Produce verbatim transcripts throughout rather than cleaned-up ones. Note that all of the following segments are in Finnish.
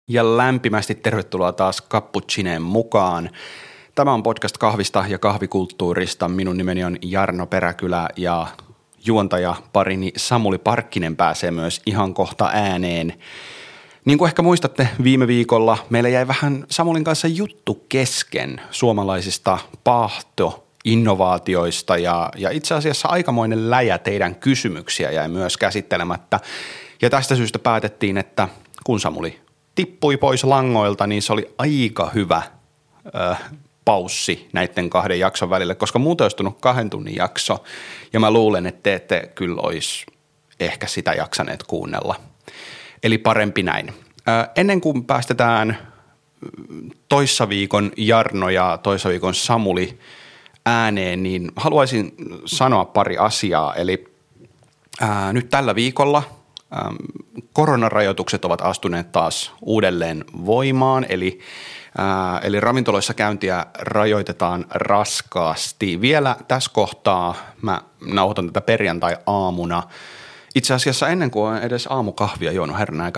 Ja lämpimästi tervetuloa taas Cappuccineen mukaan. Tämä on podcast kahvista ja kahvikulttuurista. Minun nimeni on Jarno Peräkylä ja juontaja parini Samuli Parkkinen pääsee myös ihan kohta ääneen. Niin kuin ehkä muistatte, viime viikolla meillä jäi vähän Samulin kanssa juttu kesken suomalaisista paahtoinnovaatioista ja, ja itse asiassa aikamoinen läjä teidän kysymyksiä jäi myös käsittelemättä. Ja tästä syystä päätettiin, että kun Samuli tippui pois langoilta, niin se oli aika hyvä ö, paussi näiden kahden jakson välillä, koska muuten olisi tullut kahden tunnin jakso, ja mä luulen, että te ette kyllä olisi ehkä sitä jaksaneet kuunnella. Eli parempi näin. Ö, ennen kuin päästetään toissa viikon Jarno ja toissa viikon Samuli ääneen, niin haluaisin sanoa pari asiaa. Eli ää, nyt tällä viikolla koronarajoitukset ovat astuneet taas uudelleen voimaan, eli, ää, eli ravintoloissa käyntiä rajoitetaan raskaasti. Vielä tässä kohtaa mä nauhoitan tätä perjantai-aamuna. Itse asiassa ennen kuin olen edes aamukahvia juonut, herran aika.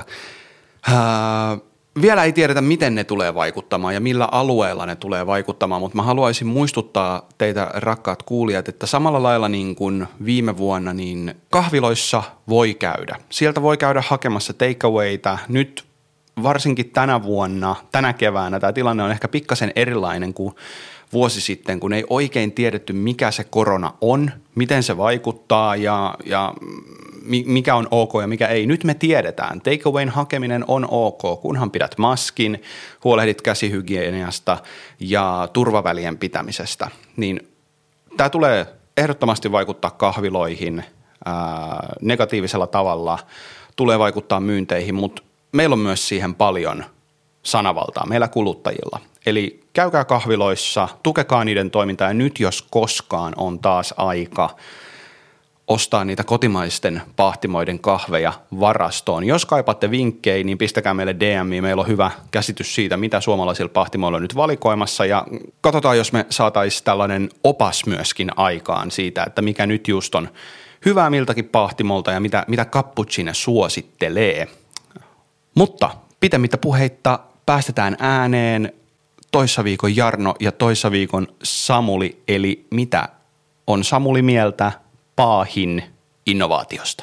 Ää, vielä ei tiedetä, miten ne tulee vaikuttamaan ja millä alueella ne tulee vaikuttamaan, mutta mä haluaisin muistuttaa teitä, rakkaat kuulijat, että samalla lailla niin kuin viime vuonna, niin kahviloissa voi käydä. Sieltä voi käydä hakemassa takeawayta. Nyt varsinkin tänä vuonna, tänä keväänä tämä tilanne on ehkä pikkasen erilainen kuin vuosi sitten, kun ei oikein tiedetty, mikä se korona on, miten se vaikuttaa ja, ja mikä on ok ja mikä ei. Nyt me tiedetään. Takeawayn hakeminen on ok, kunhan pidät maskin, huolehdit käsihygieniasta ja turvavälien pitämisestä. Niin tämä tulee ehdottomasti vaikuttaa kahviloihin ää, negatiivisella tavalla, tulee vaikuttaa myynteihin, mutta meillä on myös siihen paljon sanavaltaa, meillä kuluttajilla. Eli käykää kahviloissa, tukekaa niiden toimintaa ja nyt jos koskaan on taas aika ostaa niitä kotimaisten paahtimoiden kahveja varastoon. Jos kaipaatte vinkkejä, niin pistäkää meille D M. Meillä on hyvä käsitys siitä, mitä suomalaisilla paahtimoilla on nyt valikoimassa ja katsotaan, jos me saataisiin tällainen opas myöskin aikaan siitä, että mikä nyt just on hyvää miltäkin paahtimolta ja mitä, mitä Cappuccine suosittelee. Mutta pitemmittä puheitta päästetään ääneen toissa viikon Jarno ja toissa viikon Samuli, eli mitä on Samuli mieltä paahin innovaatiosta?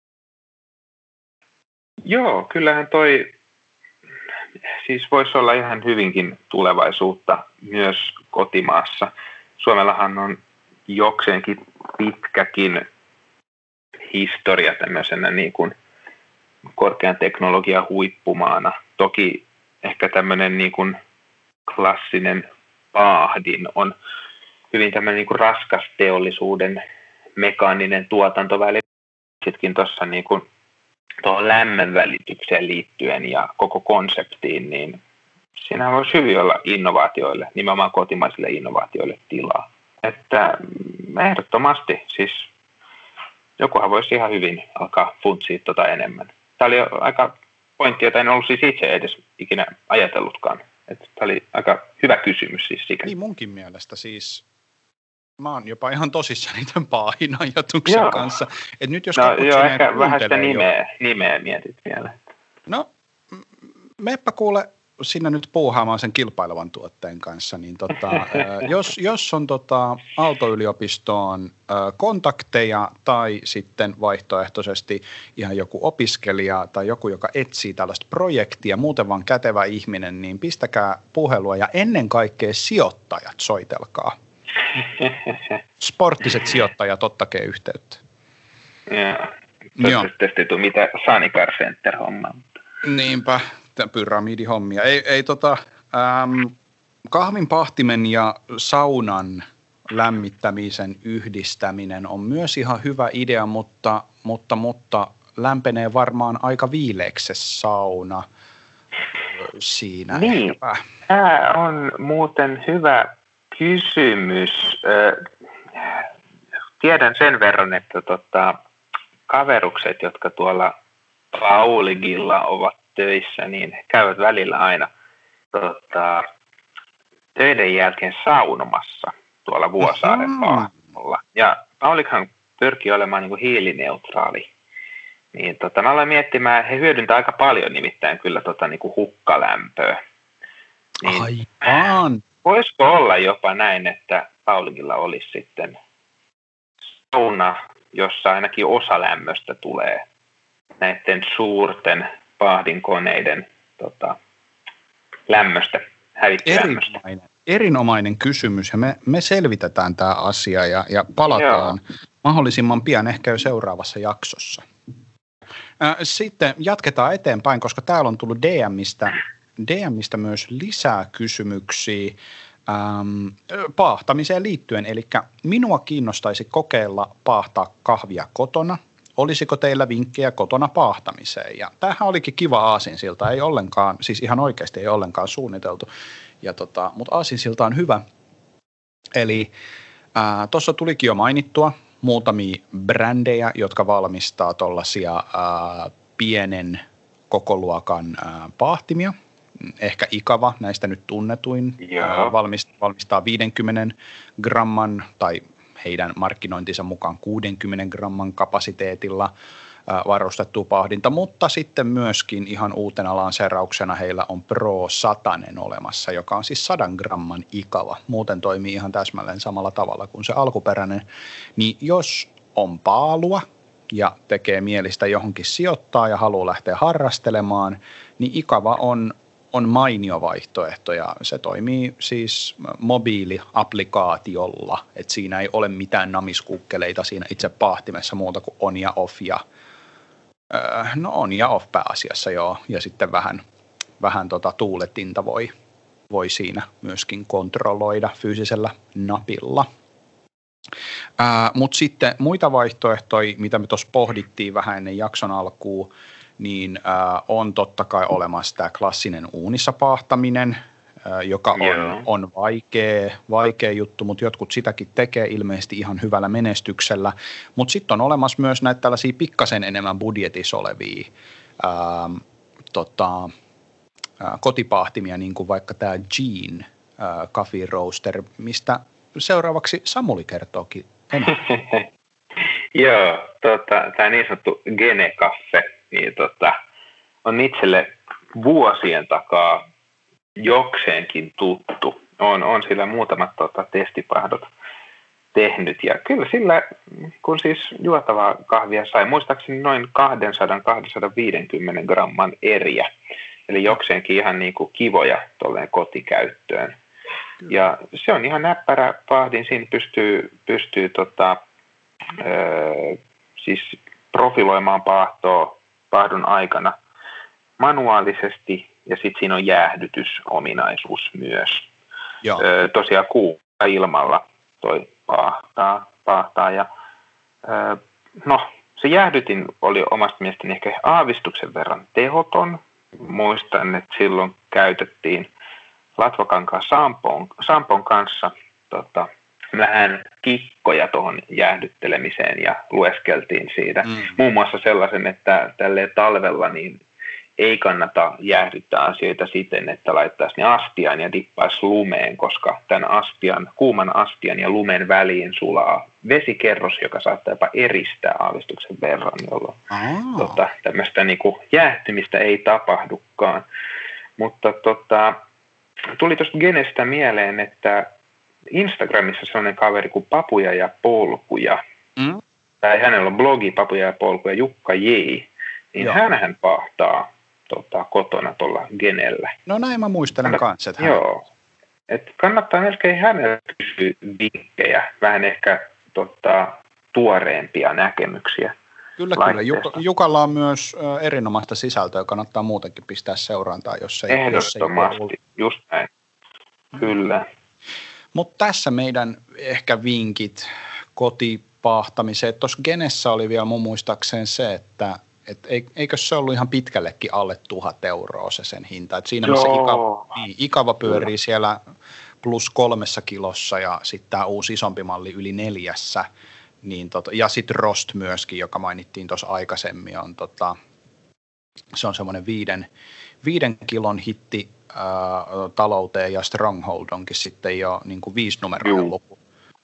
Joo, kyllähän toi siis voisi olla ihan hyvinkin tulevaisuutta myös kotimaassa. Suomellahan on jokseenkin pitkäkin historia tämmöisenä niin kuin korkean teknologian huippumaana. Toki ehkä tämmöinen niin kuin klassinen paahdin on hyvin tämmöinen niin kuin raskas teollisuuden mekaaninen tuotantoväli. Sittenkin tuossa niin kuin tuohon lämmön välitykseen liittyen ja koko konseptiin, niin siinä voisi hyvin olla innovaatioille, nimenomaan kotimaisille innovaatioille tilaa. Että ehdottomasti siis jokuhan voisi ihan hyvin alkaa funtsia tota enemmän. Tämä oli aika pointti, jota en ollut siis itse edes ikinä ajatellutkaan. Että tämä oli aika hyvä kysymys siis sikäli. Niin munkin mielestä siis. Mä oon jopa ihan tosissani tämän paahin ajatuksen joo. kanssa. Et nyt jos no joo, ehkä vähän sitä nimeä, nimeä mietit vielä. No, meppä kuule sinne nyt puuhaamaan sen kilpailevan tuotteen kanssa, niin tota, jos, jos on tota Aalto-yliopistoon kontakteja tai sitten vaihtoehtoisesti ihan joku opiskelija tai joku, joka etsii tällaista projektia, muuten vaan kätevä ihminen, niin pistäkää puhelua ja ennen kaikkea sijoittajat soitelkaa. Sporttiset sijoittajat, ottakee yhteyttä. Joo. Toivottavasti ei tule mitään Sanikar Center-hommaa. Niinpä, pyramidihommia. Ei, ei tota, ähm, kahvin pahtimen ja saunan lämmittämisen yhdistäminen on myös ihan hyvä idea, mutta, mutta, mutta lämpenee varmaan aika viileeksi se sauna siinä. Niin, tämä on muuten hyvä kysymys. Tiedän sen verran, että tota, kaverukset, jotka tuolla Pauligilla ovat töissä, niin he käyvät välillä aina tota, töiden jälkeen saunomassa tuolla Vuosaaren paahdolla. Ja Paulikhan pyrkii olemaan niin kuin hiilineutraali Niin tota, mä aloin miettimään, he hyödyntää aika paljon nimittäin kyllä tota, niin kuin hukkalämpöä. Niin, Aivan. Voisiko olla jopa näin, että Paulingilla olisi sitten sauna, jossa ainakin osa lämmöstä tulee näiden suurten pahdinkoneiden tota, lämmöstä, hävikkilämmöstä. Erinomainen, erinomainen kysymys ja me, me selvitetään tämä asia ja, ja palataan Joo. mahdollisimman pian ehkä jo seuraavassa jaksossa. Sitten jatketaan eteenpäin, koska täällä on tullut D M:istä, D M:istä myös lisää kysymyksiä ähm, paahtamiseen liittyen. Eli minua kiinnostaisi kokeilla paahtaa kahvia kotona. Olisiko teillä vinkkejä kotona paahtamiseen? Ja tämähän olikin kiva aasinsilta, ei ollenkaan, siis ihan oikeasti ei ollenkaan suunniteltu. Ja tota, mutta aasinsilta on hyvä. Eli tuossa tulikin jo mainittua muutamia brändejä, jotka valmistaa tuollaisia pienen kokoluokan ää, paahtimia. Ehkä Ikava, näistä nyt tunnetuin, ää, valmistaa, valmistaa viidenkymmenen gramman tai heidän markkinointinsa mukaan kuudenkymmenen gramman kapasiteetilla ää, varustettua paahdinta, mutta sitten myöskin ihan uutena lanseerauksena heillä on Pro sata olemassa, joka on siis sadan gramman Ikava. Muuten toimii ihan täsmälleen samalla tavalla kuin se alkuperäinen. Niin jos on paalua ja tekee mielistä johonkin sijoittaa ja haluaa lähteä harrastelemaan, niin Ikava on on mainio vaihtoehto ja se toimii siis mobiiliaplikaatiolla, että siinä ei ole mitään namiskuukkeleita siinä itse paahtimessa muuta kuin on ja off ja öö, no on ja off pääasiassa joo ja sitten vähän, vähän tota tuuletinta voi, voi siinä myöskin kontrolloida fyysisellä napilla. Mutta sitten muita vaihtoehtoja, mitä me tuossa pohdittiin vähän ennen jakson alkuun, niin äh, on totta kai olemassa tämä klassinen uunissa paahtaminen, äh, joka on, yeah. on vaikea, vaikea juttu, mutta jotkut sitäkin tekee ilmeisesti ihan hyvällä menestyksellä. Mutta sitten on olemassa myös näitä tällaisia pikkasen enemmän budjetissa olevia äh, tota, äh, kotipaahtimia, niin kuin vaikka tämä Jean äh, Coffee Roaster, mistä seuraavaksi Samuli kertookin enemmän. Joo, tota, tämä niin sanottu Gene-kaffe. Niin tota, on itselle vuosien takaa jokseenkin tuttu. On, on sillä muutamat tota, testipahdot tehnyt ja kyllä sillä, kun siis juotavaa kahvia sai, muistaakseni noin kaksisataa kaksisataaviisikymmentä gramman eriä, eli jokseenkin ihan niin kuin kivoja tolleen kotikäyttöön. Kyllä. Ja se on ihan näppärä pahdin, siinä pystyy, pystyy tota, öö, siis profiloimaan paahtoa pahdon aikana manuaalisesti ja sitten siinä on jäähdytysominaisuus myös. Öö, tosiaan kuuma ilmalla toi paahtaa, paahtaa ja öö, no se jäähdytin oli omasta mielestäni ehkä aavistuksen verran tehoton. Muistan, että silloin käytettiin latvakankaan sampon, sampon kanssa tota, vähän kikkoja tuohon jäähdyttelemiseen ja lueskeltiin siitä. Mm. Muun muassa sellaisen, että tälleen talvella niin ei kannata jäähdyttää asioita siten, että laittaisi ne astiaan ja dippaisi lumeen, koska tämän astian, kuuman astian ja lumen väliin sulaa vesikerros, joka saattaa jopa eristää aavistuksen verran, jolloin tota, tämmöistä niin kuin jäähtymistä ei tapahdukaan. Mutta tota, tuli tuosta Genestä mieleen, että Instagramissa sellainen kaveri kuin Papuja ja Polkuja, mm. tai hänellä on blogi Papuja ja Polkuja, Jukka J, niin hänhän paahtaa tota, kotona tuolla Genellä. No näin mä muistelen Kannat, kanssa. Että hän... Joo, että kannattaa melkein hänellä kysyä vinkkejä, vähän ehkä tota, tuoreempia näkemyksiä. Kyllä, kyllä. Juk- Jukalla on myös ö, erinomaista sisältöä, kannattaa muutenkin pistää seurantaan, jos ei... Ehdottomasti, jos ei just näin. Kyllä. Mutta tässä meidän ehkä vinkit kotipaahtamiseen. Tuossa Genessä oli vielä mun muistaakseen se, että et eikö se ollut ihan pitkällekin alle tuhat euroa se sen hinta. Et siinä missä Ikava, niin, Ikava pyörii Kyllä. siellä plus kolmessa kilossa ja sitten tämä uusi isompi malli yli neljässä. Niin tota, ja sitten Rost myöskin, joka mainittiin tuossa aikaisemmin, on tota, se on semmoinen viiden, viiden kilon hitti ää, talouteen ja Stronghold onkin sitten jo niin kuin viisi numeroinen luku,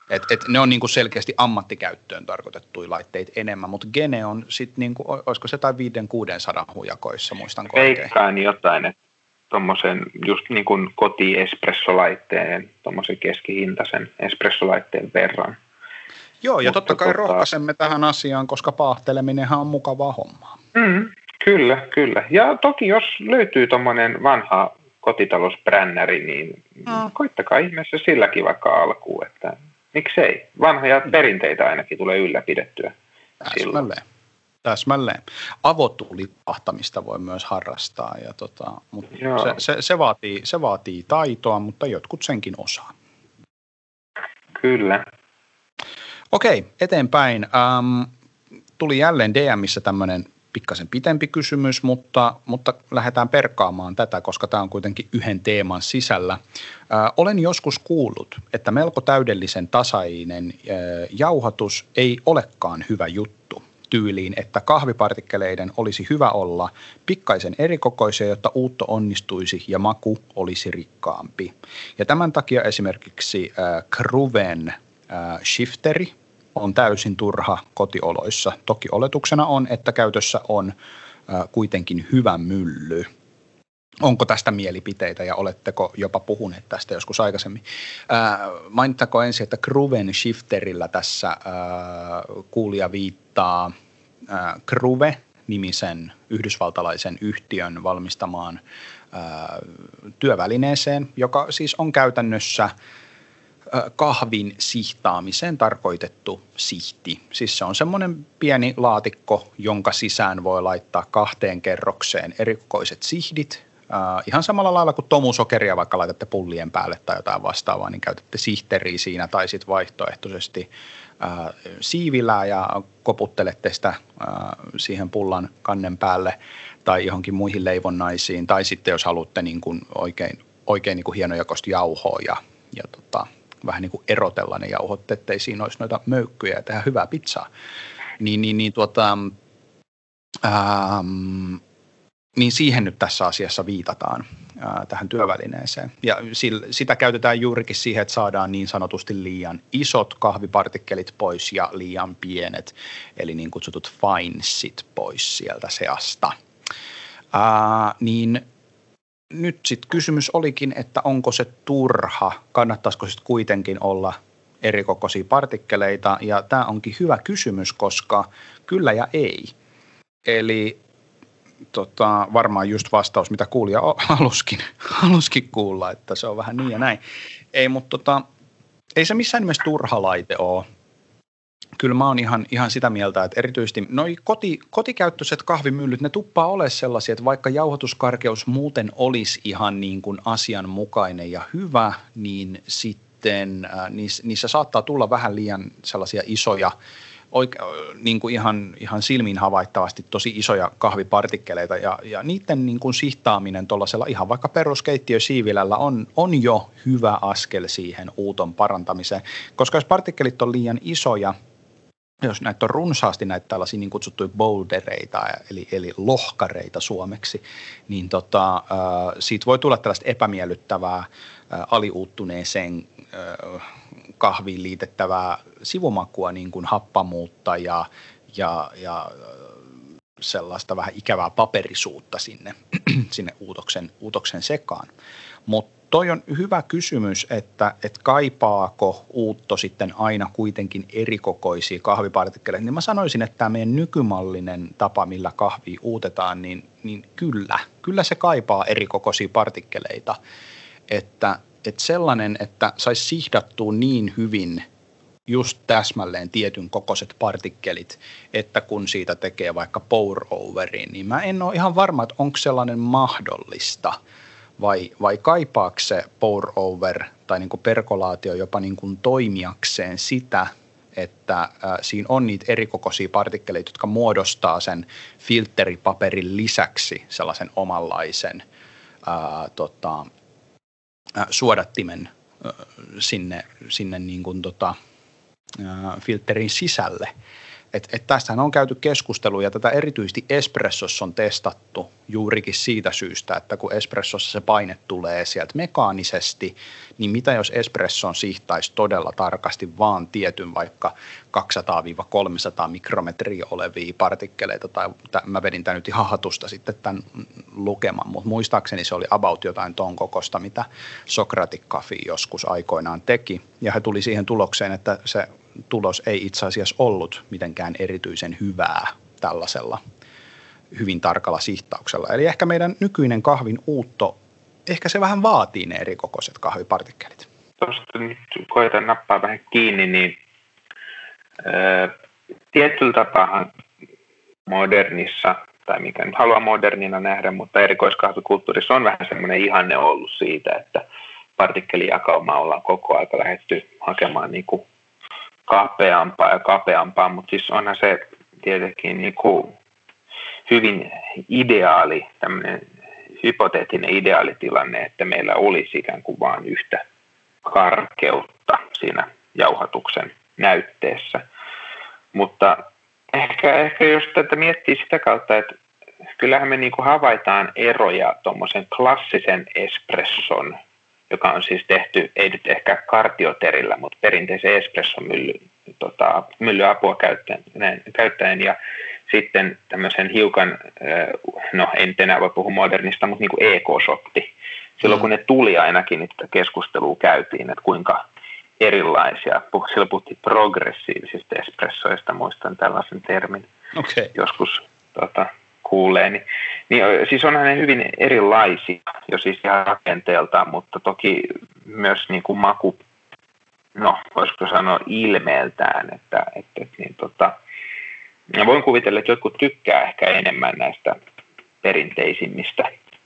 Et, et ne on niinku selkeästi ammattikäyttöön tarkoitettuja laitteita enemmän, mutta Gene on sitten, niinku, olisiko se tai viisi kuusisataa hujakoissa, muistanko oikein? Veikkaan jotain, että tuommoisen just niin kuin koti-espressolaitteen, tuommoisen keskihintaisen espressolaitteen verran. Joo, ja mutta totta kai tota... rohkaisemme tähän asiaan, koska paahteleminenhan on mukavaa hommaa. Mm, kyllä, kyllä. Ja toki jos löytyy tuommoinen vanha kotitalousbrännäri, niin mm. koittakaa ihmeessä silläkin vaikka alkuun, että miksei. Vanhoja perinteitä ainakin tulee ylläpidettyä. Täsmälleen. Täsmälleen. Avotulipahtamista voi myös harrastaa, ja tota, mutta se, se, se, vaatii, se vaatii taitoa, mutta jotkut senkin osaa. Kyllä. Okei, eteenpäin. Ähm, tuli jälleen D M:ssä tämmöinen pikkasen pitempi kysymys, mutta, mutta lähdetään perkaamaan tätä, koska tämä on kuitenkin yhden teeman sisällä. Äh, olen joskus kuullut, että melko täydellisen tasainen äh, jauhatus ei olekaan hyvä juttu. Tyyliin, että kahvipartikkeleiden olisi hyvä olla pikkaisen erikokoisia, jotta uutto onnistuisi ja maku olisi rikkaampi. Ja tämän takia esimerkiksi äh, Kruven äh, shifteri on täysin turha kotioloissa. Toki oletuksena on, että käytössä on äh, kuitenkin hyvä mylly. Onko tästä mielipiteitä ja oletteko jopa puhuneet tästä joskus aikaisemmin? Äh, mainittako ensin, että Kruven shifterillä tässä äh, kuulija viittaa äh, Kruve-nimisen yhdysvaltalaisen yhtiön valmistamaan äh, työvälineeseen, joka siis on käytännössä äh, kahvin sihtaamiseen tarkoitettu sihti. Siis se on semmoinen pieni laatikko, jonka sisään voi laittaa kahteen kerrokseen erikokoiset sihdit. Uh, ihan samalla lailla kuin tomusokeria, vaikka laitatte pullien päälle tai jotain vastaavaa, niin käytätte sihteriä siinä tai sitten vaihtoehtoisesti uh, siivilää ja koputtelette sitä uh, siihen pullan kannen päälle tai johonkin muihin leivonnaisiin. Tai sitten jos haluatte niin kuin oikein, oikein niin kuin hienojakoista jauhoa ja, ja tota, vähän niin kuin erotella ne jauhot, ettei siinä olisi noita möykkyjä ja tehdä hyvää pizzaa, niin, niin, niin tuota... Um, niin siihen nyt tässä asiassa viitataan ää, tähän työvälineeseen. Ja sillä, sitä käytetään juurikin siihen, että saadaan niin sanotusti liian isot kahvipartikkelit pois ja liian pienet, eli niin kutsutut finesit pois sieltä seasta. Ää, niin nyt sitten kysymys olikin, että onko se turha, kannattaisiko sitten kuitenkin olla erikokoisia partikkeleita, ja tämä onkin hyvä kysymys, koska kyllä ja ei. Eli Tota, varmaan just vastaus, mitä kuulija haluskin, haluskin kuulla, että se on vähän niin ja näin. Ei, mutta tota, ei se missään nimessä turha laite ole. Kyllä mä oon ihan, ihan sitä mieltä, että erityisesti noi koti, kotikäyttöiset kahvimyllyt, ne tuppaa ole sellaisia, että vaikka jauhotuskarkeus muuten olisi ihan niin kuin asianmukainen ja hyvä, niin sitten äh, niissä, niissä saattaa tulla vähän liian sellaisia isoja, Oike, niin kuin ihan, ihan silmiin havaittavasti tosi isoja kahvipartikkeleita ja, ja niiden niin kuin sihtaaminen tuollaisella ihan vaikka peruskeittiösiivilällä on, on jo hyvä askel siihen uuton parantamiseen, koska jos partikkelit on liian isoja, jos näitä on runsaasti näitä tällaisia niin kutsuttuja bouldereita, eli, eli lohkareita suomeksi, niin tota, äh, siitä voi tulla tällaista epämiellyttävää äh, aliuuttuneeseen äh, kahviin liitettävää sivumakua, niin kuin happamuutta ja, ja, ja sellaista vähän ikävää paperisuutta sinne, sinne uutoksen, uutoksen sekaan. Mutta toi on hyvä kysymys, että, että kaipaako uutto sitten aina kuitenkin erikokoisia kahvipartikkeleita. Niin mä sanoisin, että tämä meidän nykymallinen tapa, millä kahvia uutetaan, niin, niin kyllä, kyllä se kaipaa erikokoisia partikkeleita, että Että sellainen, että saisi sihdattua niin hyvin just täsmälleen tietyn kokoiset partikkelit, että kun siitä tekee vaikka pour-overin, niin mä en ole ihan varma, että onko sellainen mahdollista vai, vai kaipaako se pour-over tai niin kuin perkolaatio jopa niin kuin toimijakseen sitä, että äh, siinä on niitä erikokoisia partikkeleita, jotka muodostaa sen filteripaperin lisäksi sellaisen omanlaisen äh, tota, suodattimen sinne, sinne niin kuin tota, filterin sisälle. että et tästähän on käyty keskustelua ja tätä erityisesti espressossa on testattu juurikin siitä syystä, että kun espressossa se paine tulee sieltä mekaanisesti, niin mitä jos espresson sihtaisi todella tarkasti vaan tietyn vaikka kaksisataa kolmesataa mikrometriä olevia partikkeleita, tai mä vedin tämän nyt ihan hatusta sitten tämän lukeman, mutta muistaakseni se oli about jotain ton kokosta, mitä Socratic Coffee joskus aikoinaan teki, ja he tuli siihen tulokseen, että se tulos ei itse asiassa ollut mitenkään erityisen hyvää tällaisella hyvin tarkalla sihtauksella. Eli ehkä meidän nykyinen kahvin uutto, ehkä se vähän vaatii ne eri kokoiset kahvipartikkelit. Tuosta nyt koitan nappaa vähän kiinni, niin ää, tietyllä tapaa modernissa, tai mikä nyt haluaa modernina nähdä, mutta erikoiskahvikulttuurissa on vähän semmoinen ihanne ollut siitä, että partikkelijakaumaa ollaan koko aika lähdetty hakemaan niin kuin kapeampaa ja kapeampaa, mutta siis onhan se tietenkin niin kuin hyvin ideaali, tämmöinen hypoteettinen ideaalitilanne, että meillä olisi ikään kuin vain yhtä karkeutta siinä jauhatuksen näytteessä. Mutta ehkä, ehkä jos tätä miettii sitä kautta, että kyllähän me niin kuin havaitaan eroja tuommoisen klassisen espresson, joka on siis tehty, ei nyt ehkä kartioterillä, mutta perinteisen espresson mylly, tota, myllyapua käyttäen, käyttäen ja sitten tämmöisen hiukan, no en nyt enää voi puhua modernista, mutta niin kuin E K-shotti. Silloin kun ne tuli ainakin, niin tätä keskustelua käytiin, että kuinka erilaisia, silloin puhuttiin progressiivisista espressoista, muistan tällaisen termin okay. joskus tota, kuulee, niin, niin siis onhan ne hyvin erilaisia jo siis ihan rakenteeltaan, mutta toki myös niin kuin maku, no voisiko sanoa ilmeeltään, että, että, että niin tota, voin kuvitella, että jotkut tykkää ehkä enemmän näistä perinteisimmistä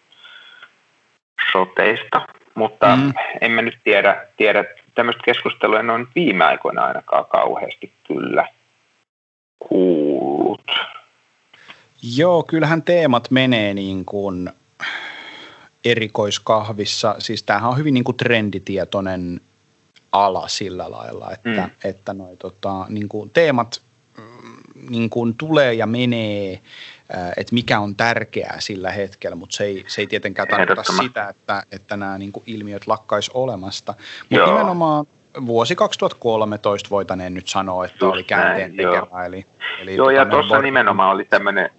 shoteista, mutta mm. en mä nyt tiedä, tiedä tämmöistä keskustelua en ole nyt viime aikoina ainakaan kauheasti kyllä kuullut. Joo, kyllähän teemat menee niin kuin erikoiskahvissa, siis tämähän on hyvin niin kuin trenditietoinen ala sillä lailla, että, mm. että noi, tota, niin kuin teemat niin kuin tulee ja menee, että mikä on tärkeää sillä hetkellä, mutta se ei, se ei tietenkään tarkoita sitä, että, että nämä niin kuin ilmiöt lakkaisi olemasta. Mutta nimenomaan vuosi kaksituhattakolmetoista voitaneen nyt sanoa, että just oli käänteen tekevä. Eli, eli joo, ja tuossa bord- nimenomaan oli tämmöinen,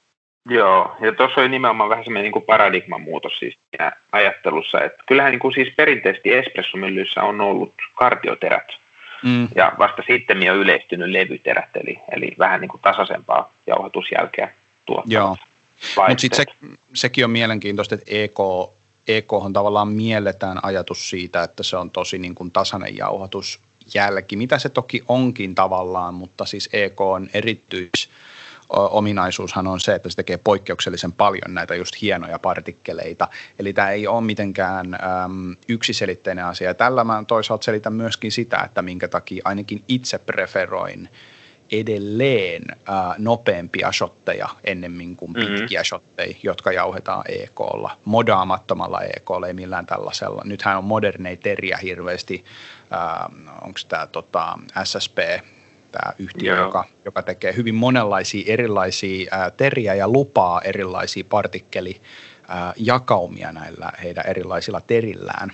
joo, ja tuossa oli nimenomaan vähän semmoinen niin kuin paradigman muutos siis ajattelussa, että kyllähän niin kuin siis perinteisesti espressomyllyissä on ollut kartioterät, mm. ja vasta sitten on yleistynyt levyterät, eli, eli vähän niin kuin tasaisempaa jauhatusjälkeä tuottavat. Joo, mutta sitten se, sekin on mielenkiintoista, että E K, E K:hon tavallaan mielletään ajatus siitä, että se on tosi niin kuin tasainen jauhatusjälki, mitä se toki onkin tavallaan, mutta siis E K on erityis ominaisuushan on se, että se tekee poikkeuksellisen paljon näitä just hienoja partikkeleita. Eli tämä ei ole mitenkään äm, yksiselitteinen asia. Ja tällä mä toisaalta selitän myöskin sitä, että minkä takia ainakin itse preferoin edelleen ää, nopeampia shotteja ennemmin kuin pitkiä mm-hmm. shotteja, jotka jauhetaan E K:lla, modaamattomalla E K:lla, ei millään tällaisella. Nythän on moderneja teriä hirveästi, onko tämä tota, S S P, tämä yhtiö, joka, joka tekee hyvin monenlaisia erilaisia ää, teriä ja lupaa erilaisia partikkelijakaumia näillä heidän erilaisilla terillään.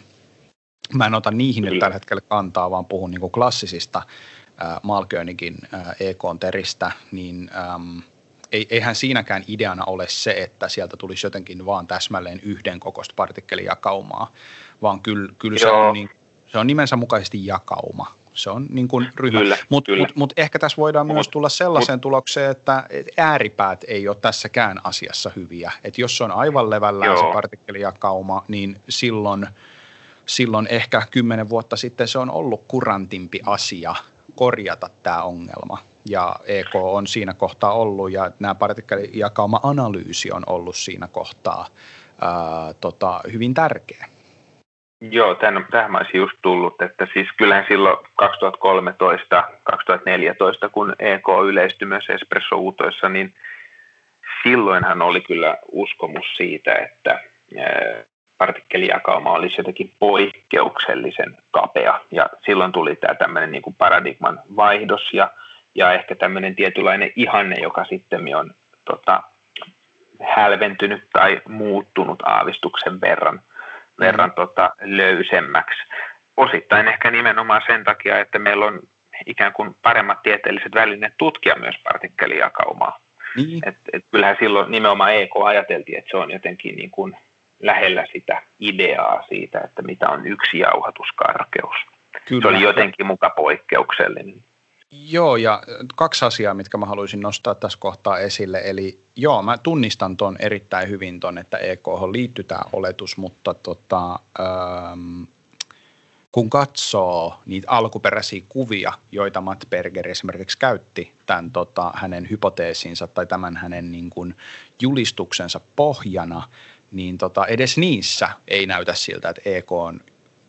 Mä en ota niihin nyt tällä hetkellä kantaa, vaan puhun niin kuin klassisista Malkööningin E K-teristä, niin äm, eihän siinäkään ideana ole se, että sieltä tulisi jotenkin vaan täsmälleen yhden kokoista partikkelijakaumaa, vaan kyllä, kyllä se, on niin, se on nimensä mukaisesti jakauma. Se on niin kuin ryhmä. Mutta mut, mut ehkä tässä voidaan mut, myös tulla sellaiseen mut, tulokseen, että ääripäät ei ole tässäkään asiassa hyviä. Että jos se on aivan levällään joo. se partikkelijakauma, niin silloin, silloin ehkä kymmenen vuotta sitten se on ollut kurantimpi asia korjata tämä ongelma. Ja E K on siinä kohtaa ollut, ja nämä partikkelijakauma-analyysi on ollut siinä kohtaa ää, tota, hyvin tärkeä. Joo, tämän, tähän mä olisin just tullut, että siis kyllähän silloin kaksituhattakolmetoista kaksituhattaneljätoista, kun E K yleistyi myös espresso-uutoissa, niin silloinhan oli kyllä uskomus siitä, että partikkelijakauma olisi jotenkin poikkeuksellisen kapea, ja silloin tuli tämä tämmöinen niin kuin paradigman vaihdos, ja ja ehkä tämmöinen tietynlainen ihanne, joka sitten on tota, hälventynyt tai muuttunut aavistuksen verran, verran tota, löysemmäksi. Osittain ehkä nimenomaan sen takia, että meillä on ikään kuin paremmat tieteelliset välineet tutkia myös partikkelijakaumaa. Niin. Et, et kyllähän silloin nimenomaan E K ajateltiin, että se on jotenkin niin kuin lähellä sitä ideaa siitä, että mitä on yksi jauhatuskarkeus. Kyllä. Se oli jotenkin muka poikkeuksellinen. Joo, ja kaksi asiaa, mitkä mä haluaisin nostaa tässä kohtaa esille. Eli joo, mä tunnistan ton erittäin hyvin ton, että E K:hon liittyy tämä oletus, mutta tota, ähm, kun katsoo niitä alkuperäisiä kuvia, joita Matt Berger esimerkiksi käytti tämän tota, hänen hypoteesinsa tai tämän hänen niin kuin julistuksensa pohjana, niin tota, edes niissä ei näytä siltä, että E K:n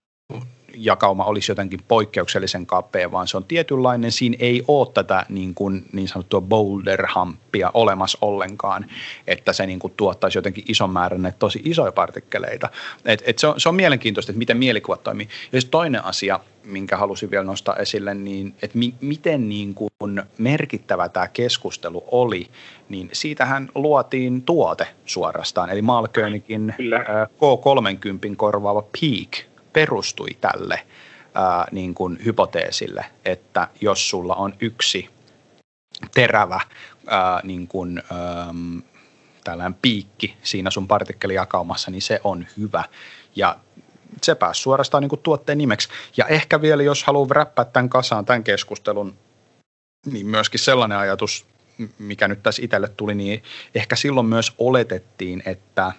jakauma olisi jotenkin poikkeuksellisen kapea, vaan se on tietynlainen, siinä ei ole tätä niin, kuin, niin sanottua boulder-hamppia olemassa ollenkaan, että se niin kuin tuottaisi jotenkin ison määrän näitä tosi isoja partikkeleita. Et, et se, on, se on mielenkiintoista, että miten mielikuvat toimii. Ja toinen asia, minkä halusin vielä nostaa esille, niin että mi, miten niin kuin merkittävä tämä keskustelu oli, niin siitähän luotiin tuote suorastaan, eli Malkönikin K kolmekymmentä korvaava Peak perustui tälle ää, niin kuin hypoteesille, että jos sulla on yksi terävä ää, niin kuin, äm, tällainen piikki siinä sun partikkelijakaumassa, niin se on hyvä. Ja se pääsi suorastaan niin kuin tuotteen nimeksi. Ja ehkä vielä, jos haluaa räppää tämän kasaan, tämän keskustelun, niin myöskin sellainen ajatus, mikä nyt tässä itselle tuli, niin ehkä silloin myös oletettiin, että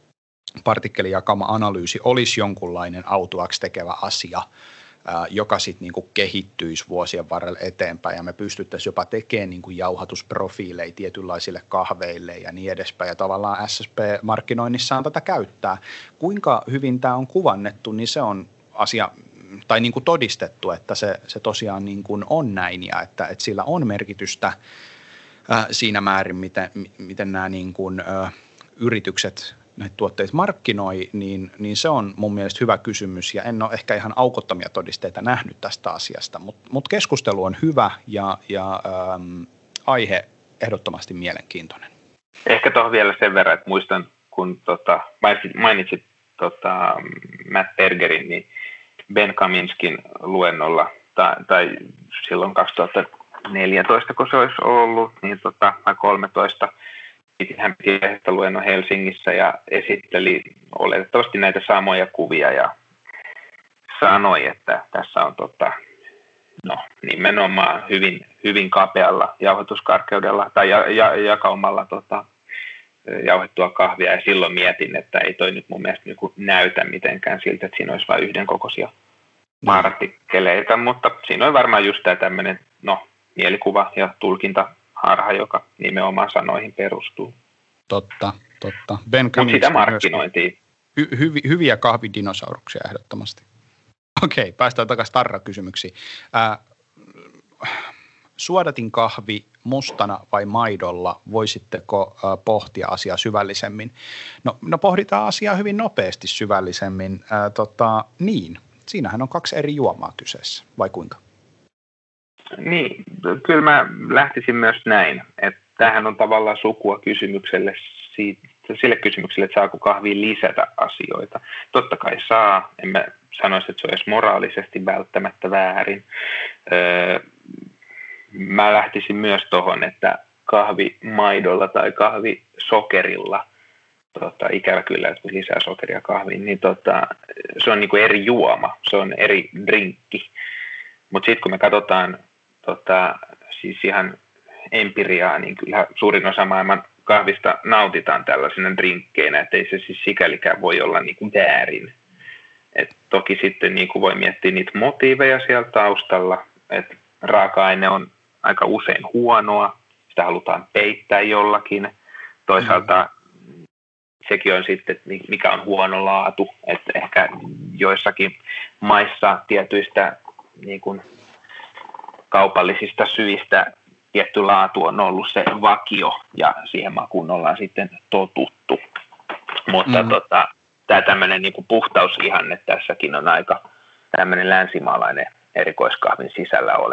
partikkelijakauma-analyysi olisi jonkunlainen autuaksi tekevä asia, ää, joka sitten niinku kehittyisi vuosien varrella eteenpäin, ja me pystyttäisiin jopa tekemään niinku jauhatusprofiileja tietynlaisille kahveille ja niin edespäin, ja tavallaan S S P-markkinoinnissaan tätä käyttää. Kuinka hyvin tämä on kuvannettu, niin se on asia, tai niinku todistettu, että se, se tosiaan niinku on näin, ja että, että sillä on merkitystä ää, siinä määrin, miten, miten nämä niinku, ää, yritykset näitä tuotteita markkinoi, niin, niin se on mun mielestä hyvä kysymys, ja en ole ehkä ihan aukottomia todisteita nähnyt tästä asiasta, mutta mut keskustelu on hyvä ja, ja äm, aihe ehdottomasti mielenkiintoinen. Ehkä tuohon vielä sen verran, että muistan, kun tota, mainitsit, mainitsit tota, Matt Bergerin, niin Ben Kaminskin luennolla, tai, tai silloin kaksituhattaneljätoista, kun se olisi ollut, niin tota, vai kolmetoista, hän piti luennon Helsingissä ja esitteli oletettavasti näitä samoja kuvia ja sanoi, että tässä on tota, no, nimenomaan hyvin, hyvin kapealla jauhatuskarkeudella tai ja, ja, jakaumalla tota, jauhettua kahvia, ja silloin mietin, että ei toi nyt mun mielestä niin näytä mitenkään siltä, että siinä olisi vain yhdenkokoisia partikkeleita, mutta siinä on varmaan just tämä tämmöinen no, mielikuva ja tulkinta harha, joka nimenomaan sanoihin perustuu. Totta, totta. Ben Mutta sitä markkinointiin. Hy- hyvi, hyviä kahvidinosauruksia ehdottomasti. Okei, päästään takaisin tarrakysymyksiin. Äh, suodatin kahvi mustana vai maidolla? Voisitteko äh, pohtia asiaa syvällisemmin? No, no pohditaan asiaa hyvin nopeasti syvällisemmin. Äh, tota, niin, siinähän on kaksi eri juomaa kyseessä, vai kuinka? Niin, kyllä mä lähtisin myös näin, että tämähän on tavallaan sukua kysymykselle, siitä, sille kysymykselle, että saako kahviin lisätä asioita. Totta kai saa, en mä sanoisi, että se olisi moraalisesti välttämättä väärin. Öö, mä lähtisin myös tuohon, että kahvimaidolla tai kahvisokerilla, tota, ikävä kyllä, että kun lisää sokeria kahviin, niin tota, se on niinku eri juoma, se on eri drinkki. Mutta sitten kun me katsotaan tota, siis ihan empiriaa, niin kyllä suurin osa maailman kahvista nautitaan tällaisena drinkkeinä, että ei se siis sikälikään voi olla niin kuin väärin. Et toki sitten niin kuin voi miettiä niitä motiiveja siellä taustalla, että raaka-aine on aika usein huonoa, sitä halutaan peittää jollakin. Toisaalta mm. sekin on sitten, mikä on huono laatu, että ehkä joissakin maissa tietyistä niin kuin kaupallisista syistä tietty laatu on ollut se vakio, ja siihen makuun ollaan sitten totuttu. Mutta mm. tota, tämä tämmöinen niin kuin puhtausihanne tässäkin on aika tämmöinen länsimaalainen erikoiskahvin sisällä oleva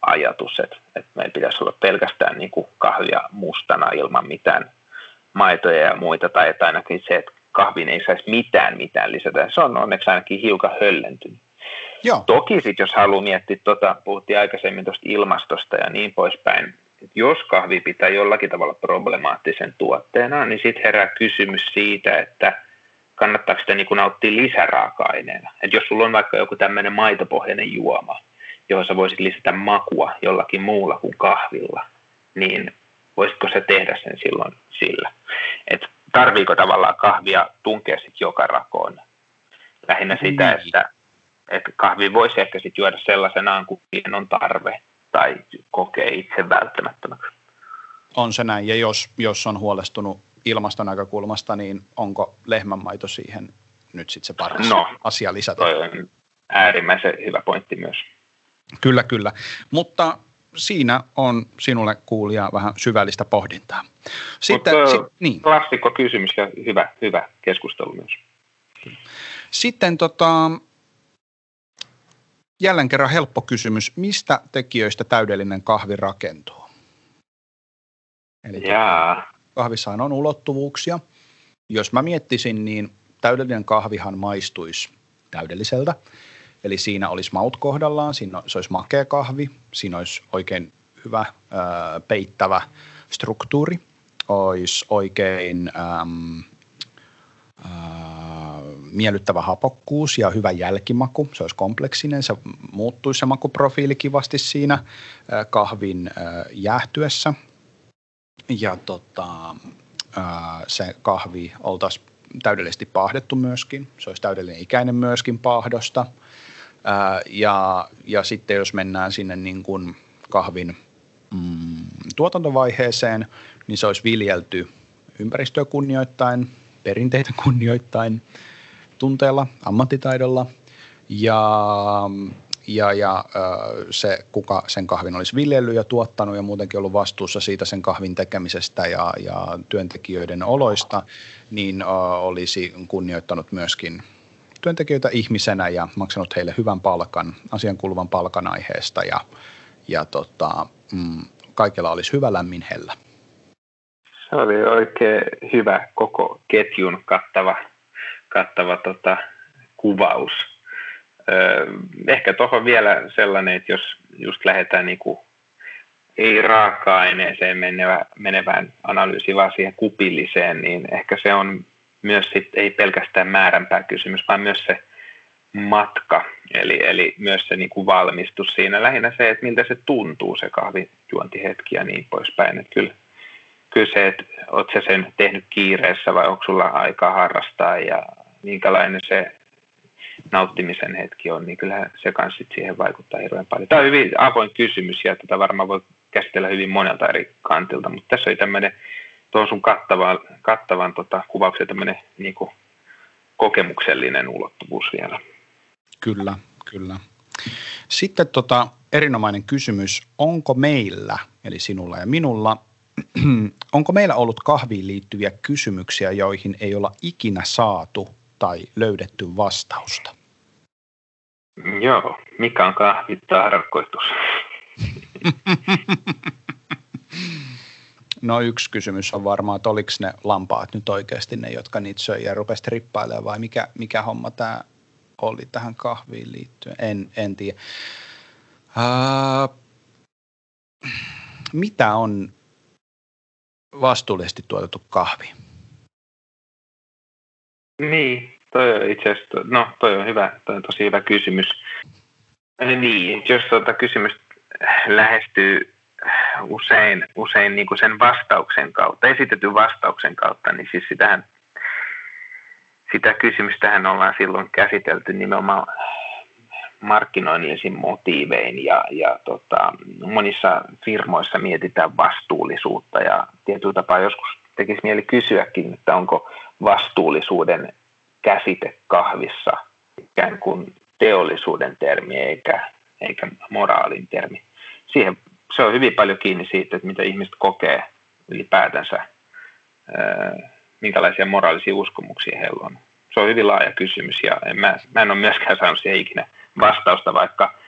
ajatus, että, että meillä pitäisi olla pelkästään niin kuin kahvia mustana ilman mitään maitoja ja muita, tai että ainakin se, että kahviin ei saisi mitään mitään lisätä. Se on onneksi ainakin hiukan höllentynyt. Joo. Toki sitten, jos haluaa miettiä, tota, puhuttiin aikaisemmin tuosta ilmastosta ja niin poispäin, että jos kahvi pitää jollakin tavalla problemaattisen tuotteena, niin sitten herää kysymys siitä, että kannattaako sitä niin kuin nauttia lisäraaka-aineena. Että jos sulla on vaikka joku tämmöinen maitopohjainen juoma, johon sä voisit lisätä makua jollakin muulla kuin kahvilla, niin voisitko sä tehdä sen silloin sillä? Että tarviiko tavallaan kahvia tunkea sitten joka rakoon? Lähinnä sitä, mm. että, että kahvi voisi ehkä sitten juoda sellaisenaan, kun siihen on tarve tai kokee itse välttämättömäksi. On se näin, ja jos, jos on huolestunut ilmaston näkökulmasta, niin onko lehmänmaito siihen nyt sitten se paras no, asia lisätä? Toi on äärimmäisen hyvä pointti myös. Kyllä, kyllä. Mutta siinä on sinulle kuulija vähän syvällistä pohdintaa. Sitten, Mutta si- niin. Klassikko kysymys ja hyvä, hyvä keskustelu myös. Sitten tota, jälleen kerran helppo kysymys. Mistä tekijöistä täydellinen kahvi rakentuu? Eli Jaa. kahvissahan on ulottuvuuksia. Jos mä miettisin, niin täydellinen kahvihan maistuisi täydelliseltä. Eli siinä olisi maut kohdallaan, siinä se olisi makea kahvi, siinä olisi oikein hyvä ää, peittävä struktuuri, olisi oikein äm, ää, miellyttävä hapokkuus ja hyvä jälkimaku. Se olisi kompleksinen, se muuttuisi se makuprofiili kivasti siinä ää, kahvin ää, jäähtyessä. Ja tota, ää, se kahvi oltaisiin täydellisesti paahdettu myöskin, se olisi täydellinen ikäinen myöskin paahdosta. Ää, ja, ja sitten jos mennään sinne niin kuin kahvin mm, tuotantovaiheeseen, niin se olisi viljelty ympäristöä kunnioittain, perinteitä kunnioittain, tunteella, ammattitaidolla ja, ja, ja ää, se, kuka sen kahvin olisi viljellyt ja tuottanut ja muutenkin ollut vastuussa siitä sen kahvin tekemisestä ja, ja työntekijöiden oloista, niin ää, olisi kunnioittanut myöskin työntekijöitä ihmisenä ja maksanut heille hyvän palkan, asiankuuluvan palkan aiheesta ja, ja tota, mm, kaikilla olisi hyvä lämmin hellä. Se oli oikein hyvä koko ketjun kattava, kattava tota, kuvaus. Öö, ehkä tuohon vielä sellainen, että jos just lähdetään niinku, ei raaka-aineeseen menevä, menevään analyysiin, vaan siihen kupilliseen, niin ehkä se on myös sit, ei pelkästään määränpää kysymys, vaan myös se matka, eli, eli myös se niin kuin valmistus siinä. Lähinnä se, että miltä se tuntuu se kahvijuontihetki ja niin poispäin. Että kyllä, kyllä se, että oot sä sen tehnyt kiireessä vai onko sulla aikaa harrastaa ja minkälainen se nauttimisen hetki on, niin kyllähän se kanssa siihen vaikuttaa hirveän paljon. Tämä on hyvin avoin kysymys ja tätä varmaan voi käsitellä hyvin monelta eri kantilta, mutta tässä oli tämmöinen tuon sun kattavan, kattavan tota, kuvauksen tämmöinen niin kuin kokemuksellinen ulottuvuus vielä. Kyllä, kyllä. Sitten tota, erinomainen kysymys, onko meillä, eli sinulla ja minulla, onko meillä ollut kahviin liittyviä kysymyksiä, joihin ei olla ikinä saatu tai löydetty vastausta? Joo, mikä on kahvin tarkoitus? No yksi kysymys on varmaan, että oliko ne lampaat nyt oikeasti ne, jotka niitä söi ja rupesi trippailemaan vai mikä, mikä homma tämä oli tähän kahviin liittyen, en, en tiedä. Uh, mitä on vastuullisesti tuotettu kahvi? Niin, toi on itse asiassa, no toi on hyvä, toi on tosi hyvä kysymys. Niin, jos tuota kysymystä lähestyy usein, usein niin kuin sen vastauksen kautta, esitetyn vastauksen kautta, niin siis sitähän, sitä kysymystähän ollaan silloin käsitelty nimenomaan markkinoinnillisin motiivein ja, ja tota, monissa firmoissa mietitään vastuullisuutta ja tietyllä tapaa joskus tekisi mieli kysyäkin, että onko vastuullisuuden käsite kahvissa ikään kuin teollisuuden termi eikä, eikä moraalin termi. Siihen se on hyvin paljon kiinni siitä, että mitä ihmiset kokee ylipäätänsä, ää, minkälaisia moraalisia uskomuksia heillä on. Se on hyvin laaja kysymys ja en, mä, mä en ole myöskään saanut siihen ikinä vastausta, vaikka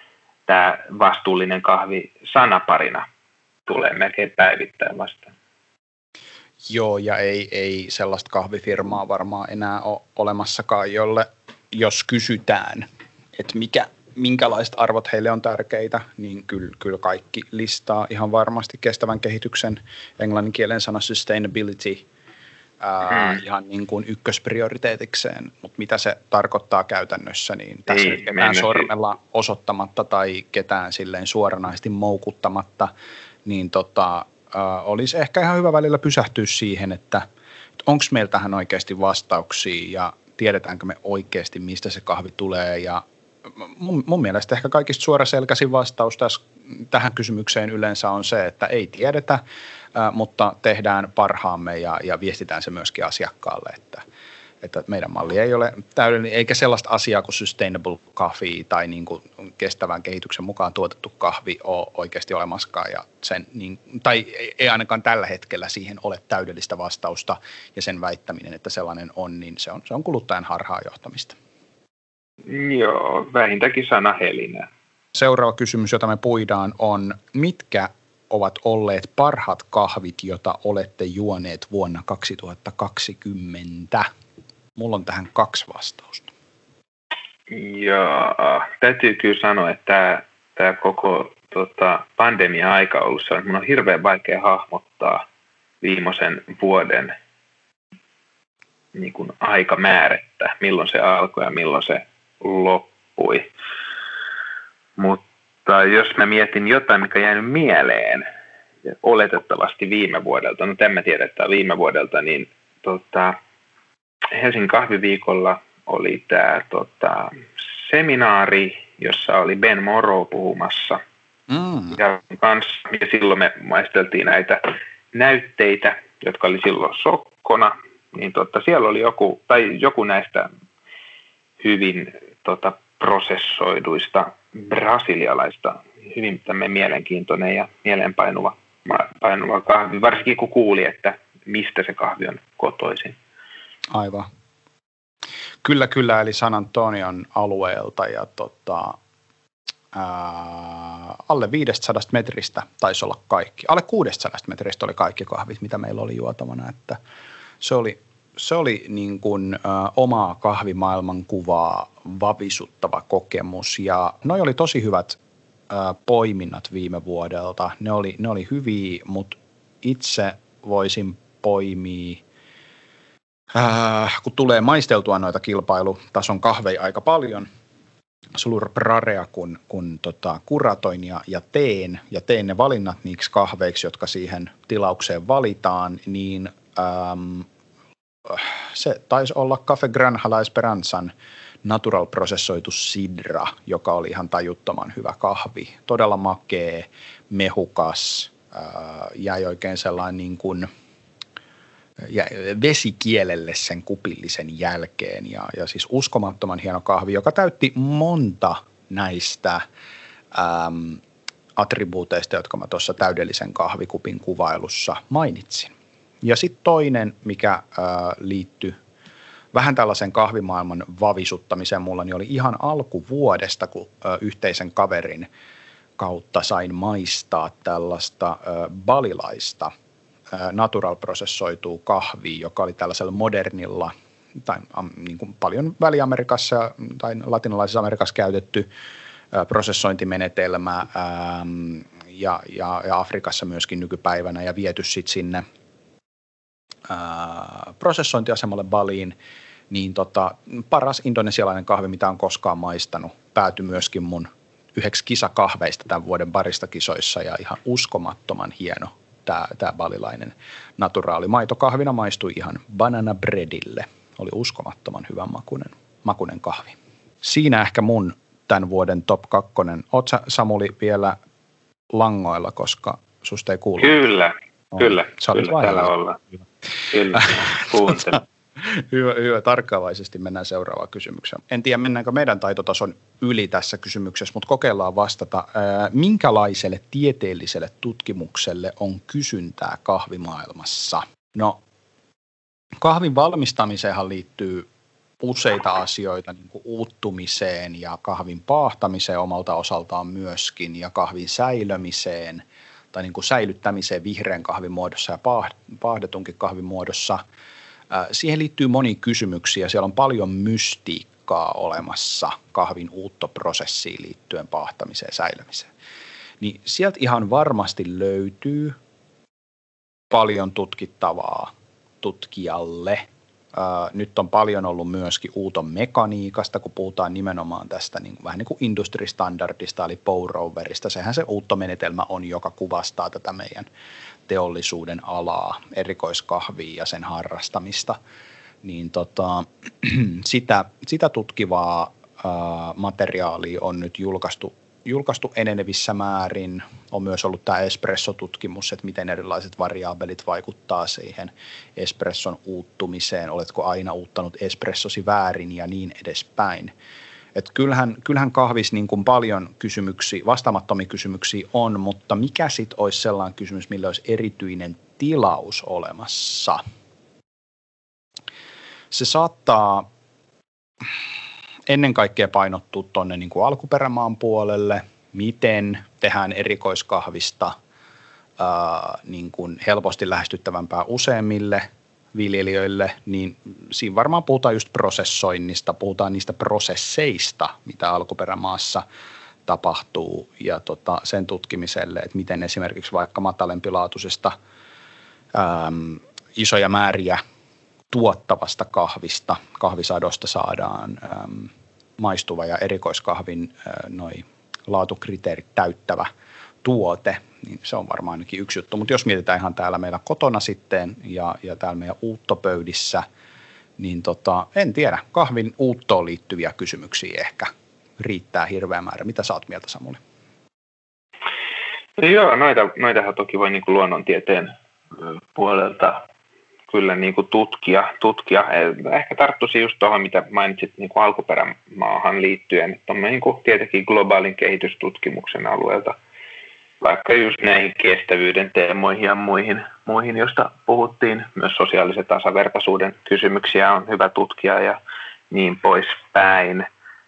tämä vastuullinen kahvi sanaparina tulee melkein päivittäin vastaan. Joo, ja ei, ei sellaista kahvifirmaa varmaan enää ole olemassakaan, jolle jos kysytään, että mikä, minkälaiset arvot heille on tärkeitä, niin kyllä, kyllä kaikki listaa ihan varmasti kestävän kehityksen englanninkielen sana sustainability ää, mm. ihan niin kuin ykkösprioriteetikseen, mutta mitä se tarkoittaa käytännössä, niin tässä ei, ketään sormella osoittamatta tai ketään silleen suoranaisesti moukuttamatta, niin tota, ää, olisi ehkä ihan hyvä välillä pysähtyä siihen, että, että onko meillä tähän oikeasti vastauksia ja tiedetäänkö me oikeasti, mistä se kahvi tulee, ja mun, mun mielestä ehkä kaikista suoraselkäisin vastaus tässä, tähän kysymykseen yleensä on se, että ei tiedetä, ää, mutta tehdään parhaamme ja, ja viestitään se myöskin asiakkaalle, että, että meidän malli ei ole täydellinen, eikä sellaista asiaa kuin sustainable coffee tai niin kuin kestävän kehityksen mukaan tuotettu kahvi ole oikeasti olemassakaan, ja sen, niin, tai ei ainakaan tällä hetkellä siihen ole täydellistä vastausta, ja sen väittäminen, että sellainen on, niin se on, se on kuluttajan harhaanjohtamista. Joo, vähintäänkin sanahelinää. Seuraava kysymys, jota me puidaan, on, mitkä ovat olleet parhaat kahvit, jota olette juoneet vuonna kaksituhattakaksikymmentä? Mulla on tähän kaksi vastausta. Joo, täytyy kyllä sanoa, että tämä koko tota, pandemia-aika on ollut sellainen, että mun on hirveän vaikea hahmottaa viimeisen vuoden niin kuin aikamäärettä, milloin se alkoi ja milloin se loppui. Mutta jos mä mietin jotain, mikä on jäänyt mieleen, oletettavasti viime vuodelta, no tämän mä tiedän, että viime vuodelta, niin tota, Helsingin kahviviikolla oli tämä tota, seminaari, jossa oli Ben Morrow puhumassa. Mm. Ja, kans, ja silloin me maisteltiin näitä näytteitä, jotka oli silloin sokkona. Niin tota, siellä oli joku, tai joku näistä hyvin tota, prosessoiduista brasilialaista, hyvin tämmöinen mielenkiintoinen ja mieleenpainuva painuva kahvi, varsinkin kun kuuli, että mistä se kahvi on kotoisin. Aivan. Kyllä, kyllä, eli San Antonion alueelta ja tota, ää, alle viisisataa metristä taisi olla kaikki. Alle kuusisataa metristä oli kaikki kahvit, mitä meillä oli juotavana, että se oli, se oli niin kuin ä, omaa kahvimaailman kuvaa vavisuttava kokemus, ja noi oli tosi hyvät ä, poiminnat viime vuodelta. Ne oli, ne oli hyviä, mutta itse voisin poimia, Äh, kun tulee maisteltua noita kilpailutason kahveja aika paljon, Solur Brarea, kun, kun tota, kuratoin ja, ja teen, ja teen ne valinnat niiksi kahveiksi, jotka siihen tilaukseen valitaan, niin ähm, se taisi olla Café Granja La Esperanzan natural prosessoitu sidra, joka oli ihan tajuttoman hyvä kahvi. Todella makea, mehukas, äh, jäi oikein sellainen niin kuin ja vesikielelle sen kupillisen jälkeen, ja, ja siis uskomattoman hieno kahvi, joka täytti monta näistä äm, attribuuteista, jotka mä tuossa täydellisen kahvikupin kuvailussa mainitsin. Ja sitten toinen, mikä ää, liittyi vähän tällaisen kahvimaailman vavisuttamiseen mulla, niin oli ihan alkuvuodesta, kun ää, yhteisen kaverin kautta sain maistaa tällaista ää, balilaista natural-prosessoituu kahvia, joka oli tällaisella modernilla tai niin kuin paljon Väli-Amerikassa tai latinalaisessa Amerikassa käytetty ä, prosessointimenetelmä ä, ja, ja, ja Afrikassa myöskin nykypäivänä, ja viety sitten sinne ä, prosessointiasemalle Baliin, niin tota, paras indonesialainen kahvi, mitä on koskaan maistanut, päätyi myöskin mun yhdeksi kisakahveista tämän vuoden baristakisoissa, ja ihan uskomattoman hieno Tämä, tämä balilainen naturaali maitokahvina maistui ihan banana breadille. Oli uskomattoman hyvän makuinen, makuinen kahvi. Siinä ehkä mun tämän vuoden top kakkonen. Oot sä, Samuli, vielä langoilla, koska susta ei kuulu? Kyllä, on. kyllä. Sä olit kyllä täällä ollaan. Kyllä, kuuntelen. Hyvä, hyvä, tarkkaavaisesti mennään seuraavaan kysymykseen. En tiedä, mennäänkö meidän taitotason yli tässä kysymyksessä, mutta kokeillaan vastata. Minkälaiselle tieteelliselle tutkimukselle on kysyntää kahvimaailmassa? No, kahvin valmistamiseenhan liittyy useita asioita niin kuin uuttumiseen ja kahvin paahtamiseen omalta osaltaan myöskin ja kahvin säilömiseen tai niin kuin säilyttämiseen vihreän kahvin muodossa ja paahdetunkin kahvin muodossa. Siihen liittyy monia kysymyksiä. Siellä on paljon mystiikkaa olemassa kahvin uuttoprosessiin liittyen paahtamiseen ja säilymiseen. Niin sieltä ihan varmasti löytyy paljon tutkittavaa tutkijalle. Nyt on paljon ollut myöskin uuton mekaniikasta, kun puhutaan nimenomaan tästä niin kuin, vähän niin kuin industristandardista eli pour-overista. Sehän se uuttomenetelmä on, joka kuvastaa tätä meidän teollisuuden alaa, erikoiskahvia ja sen harrastamista. Niin tota, sitä, sitä tutkivaa ää, materiaalia on nyt julkaistu, julkaistu enenevissä määrin. On myös ollut tämä espressotutkimus, että miten erilaiset variaabelit vaikuttaa siihen espresson uuttumiseen. Oletko aina uuttanut espressosi väärin ja niin edespäin. Et kyllähän, kyllähän kahvis niin kuin paljon kysymyksiä, vastaamattomia kysymyksiä on, mutta mikä sitten olisi sellainen kysymys, millä olisi erityinen tilaus olemassa? Se saattaa ennen kaikkea painottua tuonne niin kuin alkuperämaan puolelle, miten tehdään erikoiskahvista ää, niin kuin helposti lähestyttävämpää useimmille viljelijöille, niin siinä varmaan puhutaan just prosessoinnista, puhutaan niistä prosesseista, mitä alkuperämaassa tapahtuu ja tota, sen tutkimiselle, että miten esimerkiksi vaikka matalempilaatuisesta äm, isoja määriä tuottavasta kahvista, kahvisadosta saadaan äm, maistuva ja erikoiskahvin ä, noi laatukriteerit täyttävä tuote, niin se on varmaan ainakin yksi juttu. Mutta jos mietitään ihan täällä meillä kotona sitten ja, ja täällä meidän uuttopöydissä, niin tota, en tiedä, kahvin uuttoon liittyviä kysymyksiä ehkä riittää hirveä määrä. Mitä sä oot mieltä, Samuli? Joo, noita, noitahan toki voi niin kuin luonnontieteen puolelta kyllä niin kuin tutkia, tutkia. Ehkä tarttuisin just tuohon, mitä mainitsit niin kuin alkuperämaahan liittyen, että on niin kuin tietenkin globaalin kehitystutkimuksen alueelta, vaikka just näihin kestävyyden teemoihin ja muihin, muihin, joista puhuttiin. Myös sosiaalisen tasavertaisuuden kysymyksiä on hyvä tutkia ja niin poispäin.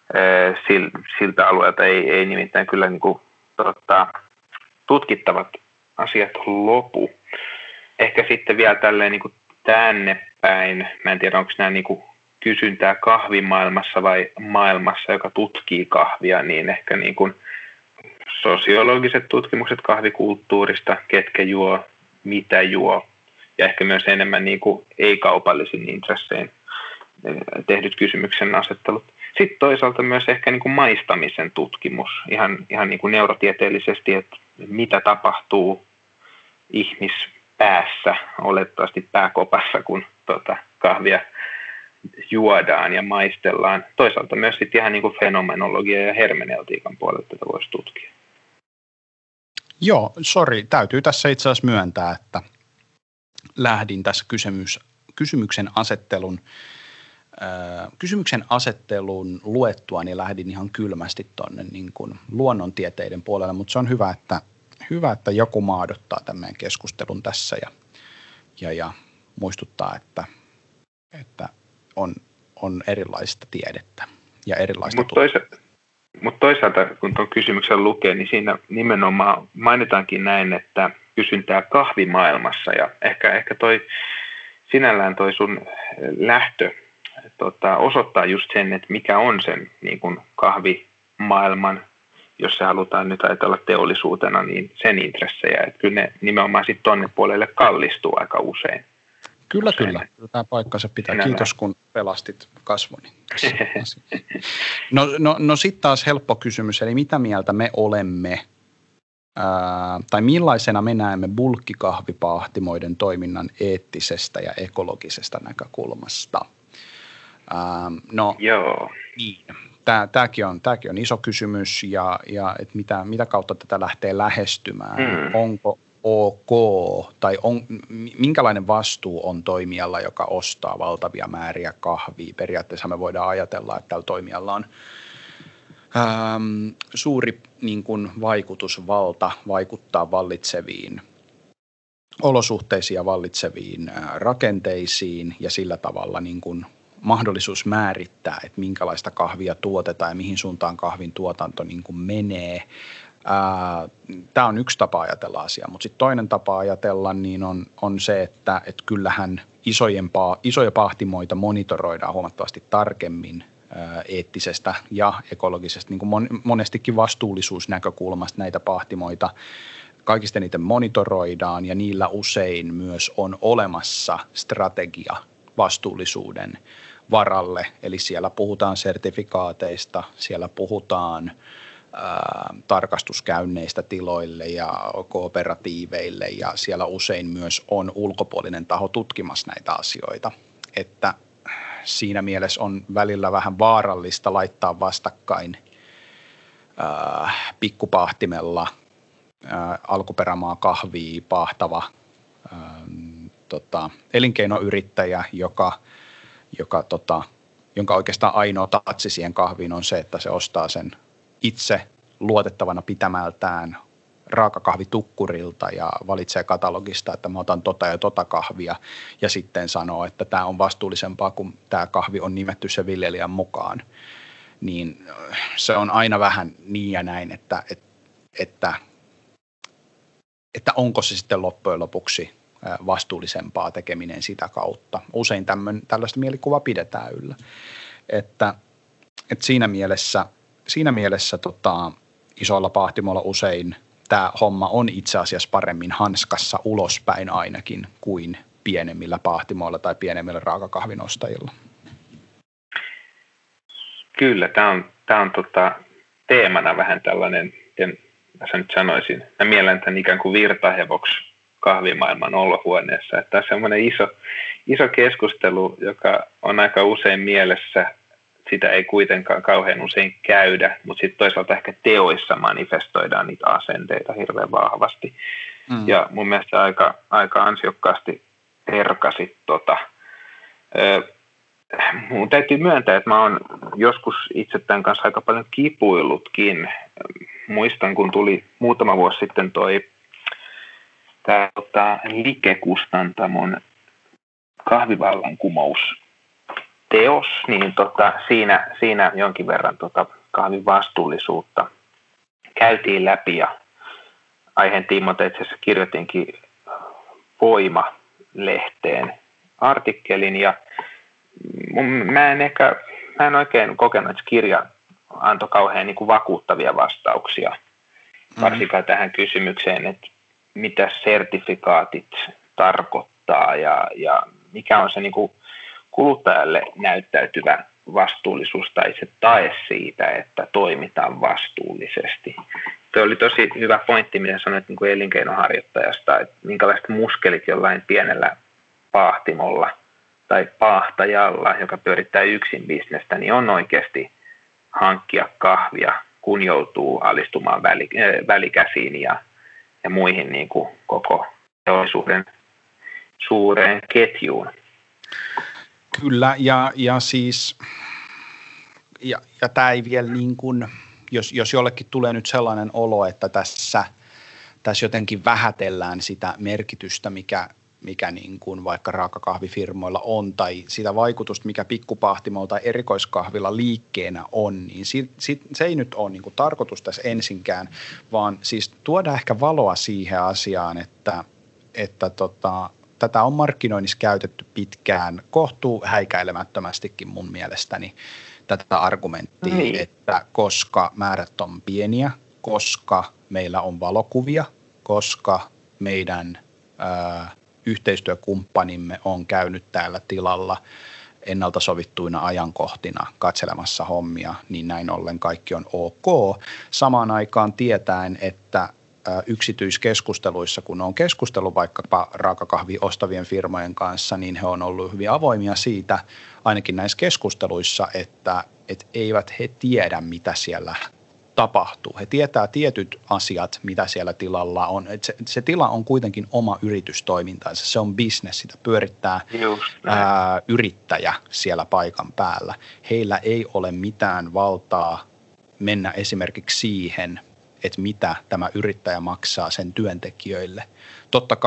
Siltä alueelta ei, ei nimittäin kyllä niin kuin, tota, tutkittavat asiat lopu. Ehkä sitten vielä tälleen niin kuin tänne päin. Mä en tiedä, onko nämä niin kuin kysyntää kahvimaailmassa vai maailmassa, joka tutkii kahvia, niin ehkä niin kuin sosiologiset tutkimukset kahvikulttuurista, ketkä juo, mitä juo, ja ehkä myös enemmän niin kuin ei-kaupallisin intressein tehdyt kysymyksen asettelut. Sitten toisaalta myös ehkä niin kuin maistamisen tutkimus, ihan, ihan niin kuin neurotieteellisesti, että mitä tapahtuu ihmispäässä, olettavasti pääkopassa, kun tota kahvia juodaan ja maistellaan. Toisaalta myös sitten ihan niin kuin fenomenologia ja hermeneutiikan puolelta tätä voisi tutkia. Joo, sori, täytyy tässä itse asiassa myöntää, että lähdin tässä kysymys, kysymyksen asettelun äh, kysymyksen asettelun luettua, niin lähdin ihan kylmästi tuonne niin kuin luonnontieteiden puolelle, mutta se on hyvä, että, hyvä, että joku maadottaa tämän keskustelun tässä ja, ja, ja muistuttaa, että, että on, on erilaista tiedettä ja erilaista Mutta toisaalta, mut toisaalta, kun tuon kysymyksen lukee, niin siinä nimenomaan mainitaankin näin, että kysyntää kahvimaailmassa ja ehkä, ehkä toi sinällään toi sun lähtö tota, osoittaa just sen, että mikä on sen niin kun kahvimaailman, jos se halutaan nyt ajatella teollisuutena, niin sen intressejä, että kyllä ne nimenomaan sitten tonne puolelle kallistuu aika usein. Kyllä, kyllä. Tämä paikkansa pitää. Kiitos, kun pelastit kasvoni. No, no, no sitten taas helppo kysymys, eli mitä mieltä me olemme, ää, tai millaisena me näemme bulkkikahvipahtimoiden toiminnan eettisestä ja ekologisesta näkökulmasta? Ää, no, Joo. Niin. Tää, tämäkin, on, tämäkin on iso kysymys, ja, ja et mitä, mitä kautta tätä lähtee lähestymään. Mm. Onko ok, tai on, minkälainen vastuu on toimijalla, joka ostaa valtavia määriä kahvia? Periaatteessa me voidaan ajatella, että tällä toimijalla on äm, suuri niin kuin, vaikutusvalta vaikuttaa vallitseviin olosuhteisiin ja vallitseviin ä, rakenteisiin, ja sillä tavalla niin kuin, mahdollisuus määrittää, että minkälaista kahvia tuotetaan ja mihin suuntaan kahvin tuotanto niin kuin menee. Tämä on yksi tapa ajatella asiaa, mutta sitten toinen tapa ajatella niin on, on se, että et kyllähän isojen, isoja pahtimoita monitoroidaan huomattavasti tarkemmin eettisestä ja ekologisesta, niin kuin monestikin vastuullisuusnäkökulmasta näitä pahtimoita kaikista niitä monitoroidaan ja niillä usein myös on olemassa strategia vastuullisuuden varalle. Eli siellä puhutaan sertifikaateista, siellä puhutaan ää, tarkastuskäynneistä tiloille ja kooperatiiveille ja siellä usein myös on ulkopuolinen taho tutkimassa näitä asioita. Että siinä mielessä on välillä vähän vaarallista laittaa vastakkain ää, pikkupahtimella ää, alkuperämaa kahvia pahtava ää, tota, elinkeinoyrittäjä, joka, joka, tota, jonka oikeastaan ainoa tatsi siihen kahviin on se, että se ostaa sen itse luotettavana pitämältään raakakahvitukkurilta ja valitsee katalogista, että mä otan tota ja tota kahvia ja sitten sanoo, että tämä on vastuullisempaa, kun tämä kahvi on nimetty sen viljelijän mukaan. Niin se on aina vähän niin ja näin, että, että, että, että onko se sitten loppujen lopuksi vastuullisempaa tekeminen sitä kautta. Usein tämmöinen, tällaista mielikuvaa pidetään yllä. Että, että siinä mielessä, siinä mielessä tota, isoilla pahtimoilla usein tämä homma on itse asiassa paremmin hanskassa ulospäin ainakin kuin pienemmillä pahtimoilla tai pienemmillä raakakahvinostajilla. Kyllä, tämä on, tämä on tota, teemana vähän tällainen, miten mä nyt sanoisin, mä mielen tämän ikään kuin virtahevoksi kahvimaailman olohuoneessa. Että tämä on semmoinen iso, iso keskustelu, joka on aika usein mielessä. Sitä ei kuitenkaan kauhean usein käydä, mutta sitten toisaalta ehkä teoissa manifestoidaan niitä asenteita hirveän vahvasti. Mm. Ja mun mielestä aika, aika ansiokkaasti perkasit tota. Mun täytyy myöntää, että mä oon joskus itse tämän kanssa aika paljon kipuillutkin. Muistan, kun tuli muutama vuosi sitten toi tämä tota, Like-kustantamon kahvivallankumous teos, niin tota, siinä, siinä jonkin verran tota, kahvin vastuullisuutta käytiin läpi ja aiheen tiimoilta itse asiassa kirjoitinkin Voima-lehteen artikkelin ja mä en ehkä, mä en oikein kokenut, että kirja antoi kauhean niin kuin vakuuttavia vastauksia, mm-hmm. varsinkaan tähän kysymykseen, että mitä sertifikaatit tarkoittaa ja, ja mikä on se niin kuin kuluttajalle näyttäytyvä vastuullisuus tai se tae siitä, että toimitaan vastuullisesti. Tuo oli tosi hyvä pointti, mitä sanoit niin kuin elinkeinoharjoittajasta, että minkälaiset muskelit jollain pienellä pahtimolla tai paahtajalla, joka pyörittää yksin bisnestä, niin on oikeasti hankkia kahvia, kun joutuu alistumaan väli, äh, välikäsiin ja, ja muihin niin kuin koko teollisuuden suureen ketjuun. Kyllä, ja, ja siis, ja, ja tämä ei vielä niin kuin, jos, jos jollekin tulee nyt sellainen olo, että tässä, tässä jotenkin vähätellään sitä merkitystä, mikä, mikä niin kuin vaikka raakakahvifirmoilla on, tai sitä vaikutusta, mikä pikkupahtimolla tai erikoiskahvilla liikkeenä on, niin si, si, se ei nyt ole niin kuin tarkoitus tässä ensinkään, vaan siis tuoda ehkä valoa siihen asiaan, että, että tota, tätä on markkinoinnissa käytetty pitkään, kohtuu häikäilemättömästikin mun mielestäni tätä argumenttia, niin. Että koska määrät on pieniä, koska meillä on valokuvia, koska meidän ää, yhteistyökumppanimme on käynyt täällä tilalla ennalta sovittuina ajankohtina katselemassa hommia, niin näin ollen kaikki on ok. Samaan aikaan tietäen, että yksityiskeskusteluissa, kun on keskustellut vaikkapa raakakahvia ostavien firmojen kanssa, niin he on ollut hyvin avoimia siitä, ainakin näissä keskusteluissa, että, että eivät he tiedä, mitä siellä tapahtuu. He tietää tietyt asiat, mitä siellä tilalla on. Se, se tila on kuitenkin oma yritystoimintansa, se on business, sitä pyörittää ää, yrittäjä siellä paikan päällä. Heillä ei ole mitään valtaa mennä esimerkiksi siihen, että mitä tämä yrittäjä maksaa sen työntekijöille. Totta kai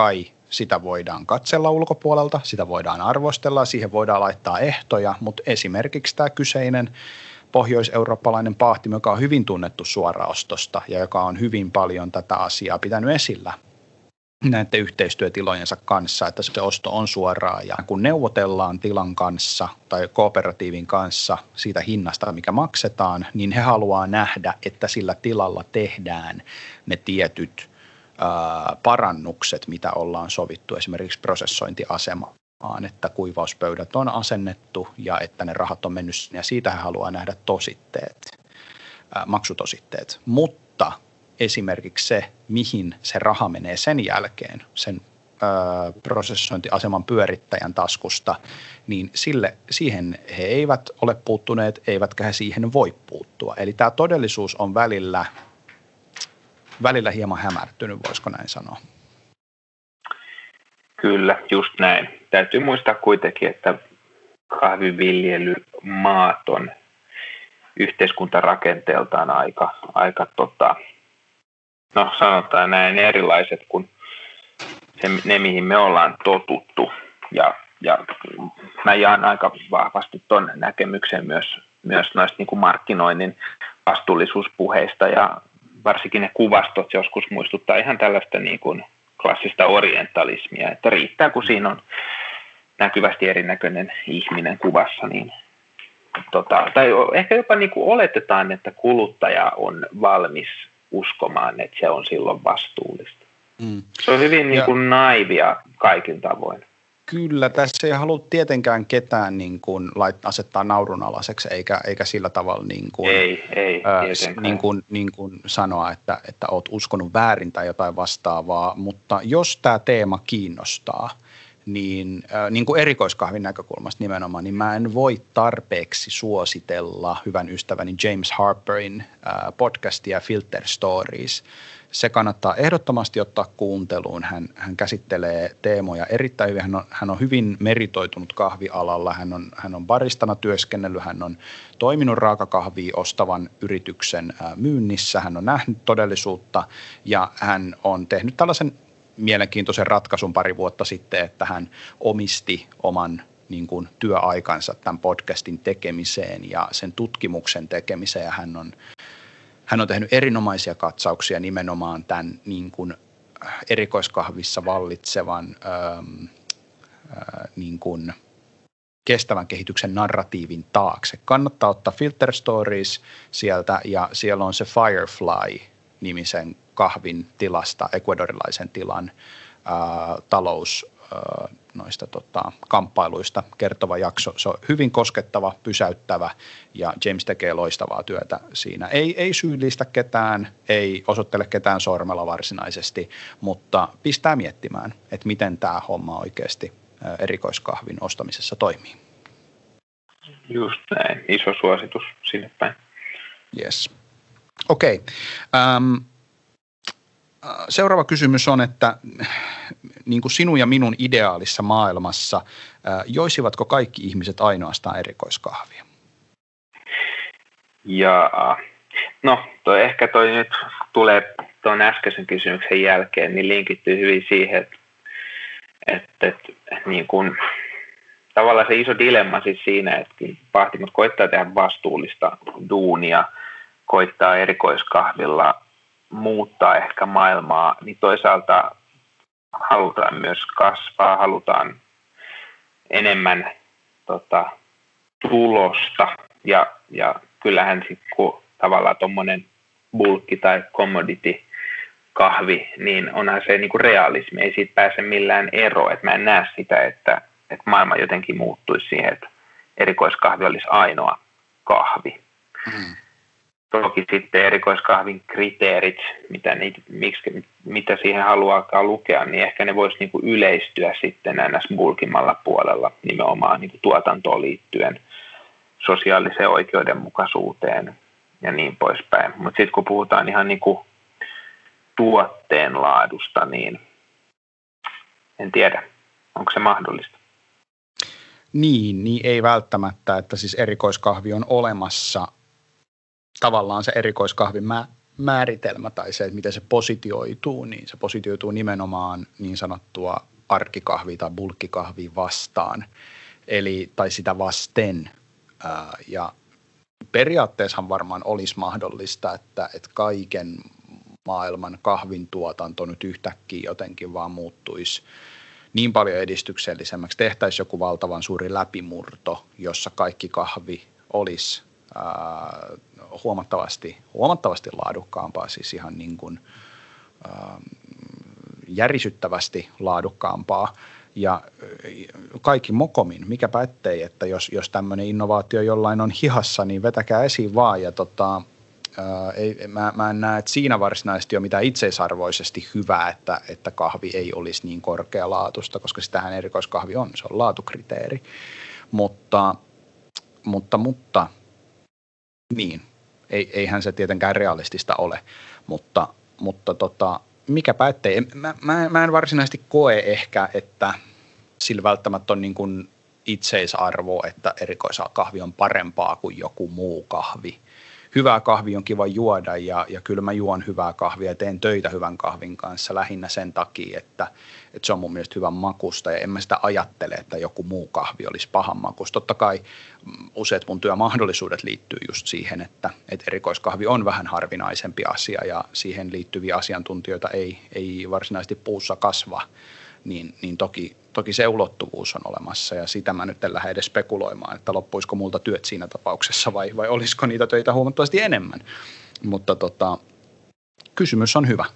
sitä voidaan katsella ulkopuolelta, sitä voidaan arvostella, siihen voidaan laittaa ehtoja, mutta esimerkiksi tämä kyseinen pohjois-eurooppalainen paahti, joka on hyvin tunnettu suoraostosta ja joka on hyvin paljon tätä asiaa pitänyt esillä näiden yhteistyötilojensa kanssa, että se osto on suoraa ja kun neuvotellaan tilan kanssa tai kooperatiivin kanssa siitä hinnasta, mikä maksetaan, niin he haluaa nähdä, että sillä tilalla tehdään ne tietyt ää, parannukset, mitä ollaan sovittu esimerkiksi prosessointiasemaan, että kuivauspöydät on asennettu ja että ne rahat on mennyt ja siitä he haluaa nähdä tositteet, ää, maksutositteet, mutta esimerkiksi se, mihin se raha menee sen jälkeen, sen ö, prosessointiaseman pyörittäjän taskusta, niin sille, siihen he eivät ole puuttuneet, eivätkä he siihen voi puuttua. Eli tämä todellisuus on välillä, välillä hieman hämärtynyt, voisiko näin sanoa? Kyllä, just näin. Täytyy muistaa kuitenkin, että kahvinviljelymaat on yhteiskuntarakenteeltaan aika, aika tota, no sanotaan näin erilaiset kuin se, ne, mihin me ollaan totuttu. Ja, ja mä jaan aika vahvasti ton näkemyksen myös, myös noista niin kuin markkinoinnin vastuullisuuspuheista ja varsinkin ne kuvastot joskus muistuttaa ihan tällaista niin kuin klassista orientalismia, että riittää kun siinä on näkyvästi erinäköinen ihminen kuvassa, niin tota, tai ehkä jopa niin kuin oletetaan, että kuluttaja on valmis uskomaan, että se on silloin vastuullista. Mm. Se on hyvin niin kuin naivia kaikin tavoin. Kyllä, tässä ei halua tietenkään ketään niin kuin asettaa naurunalaiseksi, eikä, eikä sillä tavalla niin kuin, ei, ei, ää, niin kuin, niin kuin sanoa, että, että olet uskonut väärin tai jotain vastaavaa, mutta jos tämä teema kiinnostaa, niin, äh, niin kuin erikoiskahvin näkökulmasta nimenomaan, niin mä en voi tarpeeksi suositella hyvän ystäväni James Harperin äh, podcastia Filter Stories. Se kannattaa ehdottomasti ottaa kuunteluun. Hän, hän käsittelee teemoja erittäin hyvin. Hän on, hän on hyvin meritoitunut kahvialalla. Hän on, hän on baristana työskennellyt. Hän on toiminut raakakahvia ostavan yrityksen äh, myynnissä. Hän on nähnyt todellisuutta ja hän on tehnyt tällaisen mielenkiintoisen ratkaisun pari vuotta sitten, että hän omisti oman niin kuin, työaikansa tämän podcastin tekemiseen ja sen tutkimuksen tekemiseen. Ja hän on, hän on tehnyt erinomaisia katsauksia nimenomaan tämän niin kuin, erikoiskahvissa vallitsevan ähm, äh, niin kuin, kestävän kehityksen narratiivin taakse. Kannattaa ottaa Filter Stories sieltä ja siellä on se Firefly-nimisen kahvin tilasta, ecuadorilaisen tilan ää, talous ää, noista tota, kamppailuista kertova jakso. Se on hyvin koskettava, pysäyttävä ja James tekee loistavaa työtä siinä. Ei, ei syyllistä ketään, ei osoittele ketään sormella varsinaisesti, mutta pistää miettimään, että miten tämä homma oikeasti ää, erikoiskahvin ostamisessa toimii. Just näin, iso suositus sinne päin. Yes. Okei. Okay. Um, Seuraava kysymys on, että niin kuin sinun ja minun ideaalissa maailmassa, joisivatko kaikki ihmiset ainoastaan erikoiskahvia? Ja, no, toi ehkä toi nyt tulee tuon äskeisen kysymyksen jälkeen, niin linkittyy hyvin siihen, että, että, että niin kuin, tavallaan se iso dilemma siis siinä, että paahtimot koittaa tehdä vastuullista duunia, koittaa erikoiskahvilla muuttaa ehkä maailmaa, niin toisaalta halutaan myös kasvaa, halutaan enemmän tota, tulosta ja, ja kyllähän sitten kun tavallaan tuommoinen bulkki tai commodity kahvi, niin onhan se niinku realismi, ei siitä pääse millään eroon, että mä en näe sitä, että, että maailma jotenkin muuttuisi siihen, että erikoiskahvi olisi ainoa kahvi. Mm. Toki sitten erikoiskahvin kriteerit, mitä, niitä, miksi, mitä siihen haluaa lukea, niin ehkä ne voisi niinku yleistyä sitten ns. Bulkimmalla puolella nimenomaan niinku tuotantoon liittyen, sosiaaliseen oikeudenmukaisuuteen ja niin poispäin. Mutta sitten kun puhutaan ihan niinku tuotteen laadusta, niin en tiedä, onko se mahdollista. Niin, niin ei välttämättä, että siis erikoiskahvi on olemassa. Tavallaan se erikoiskahvin määritelmä tai se, että miten se positioituu, niin se positioituu nimenomaan niin sanottua arkkikahvia tai bulkkikahvia vastaan, eli, tai sitä vasten. Ää, ja periaatteessahan varmaan olisi mahdollista, että, että kaiken maailman kahvin tuotanto nyt yhtäkkiä jotenkin vaan muuttuisi niin paljon edistyksellisemmäksi. Tehtäisiin joku valtavan suuri läpimurto, jossa kaikki kahvi olisi ää, huomattavasti, huomattavasti laadukkaampaa, siis ihan niin kuin ää, järisyttävästi laadukkaampaa. Ja kaikki mokomin, mikäpä ettei, että jos, jos tämmöinen innovaatio jollain on hihassa, niin vetäkää esiin vaan. Ja tota, ää, ei, mä, mä en näe, että siinä varsinaisesti ole mitään itseisarvoisesti hyvää, että, että kahvi ei olisi niin korkealaatusta, koska sitähän erikoiskahvi on, se on laatukriteeri. Mutta, mutta, mutta niin, ei, eihän se tietenkään realistista ole, mutta, mutta tota, mikäpä ettei. Mä, mä, mä en varsinaisesti koe ehkä, että sillä välttämättä on niin kuin itseisarvo, että erikoiskahvi on parempaa kuin joku muu kahvi. Hyvää kahvia on kiva juoda ja, ja kyllä mä juon hyvää kahvia ja teen töitä hyvän kahvin kanssa lähinnä sen takia, että, että se on mun mielestä hyvän makusta ja en mä sitä ajattele, että joku muu kahvi olisi pahan makusta. Totta kai useat mun työmahdollisuudet liittyy just siihen, että, että erikoiskahvi on vähän harvinaisempi asia ja siihen liittyviä asiantuntijoita ei, ei varsinaisesti puussa kasva, niin, niin toki, toki se ulottuvuus on olemassa ja sitä mä nyt en lähde edes spekuloimaan, että loppuisiko multa työt siinä tapauksessa vai, vai olisiko niitä töitä huomattavasti enemmän. Mutta tota, kysymys on hyvä.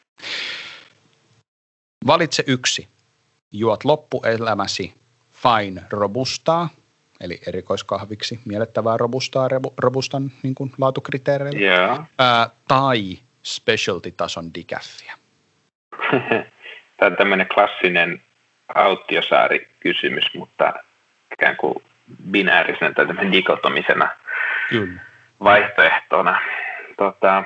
Valitse yksi. Juot loppuelämäsi Fine Robustaa, eli erikoiskahviksi miellettävää robustaa robustan niin kuin laatukriteereillä, yeah. ää, tai specialty-tason decafia. Tämä on tämmöinen klassinen Autiosaari-kysymys, mutta ikään kuin binäärisenä tai tämmöinen dikotomisena Kyllä. vaihtoehtona. Tota,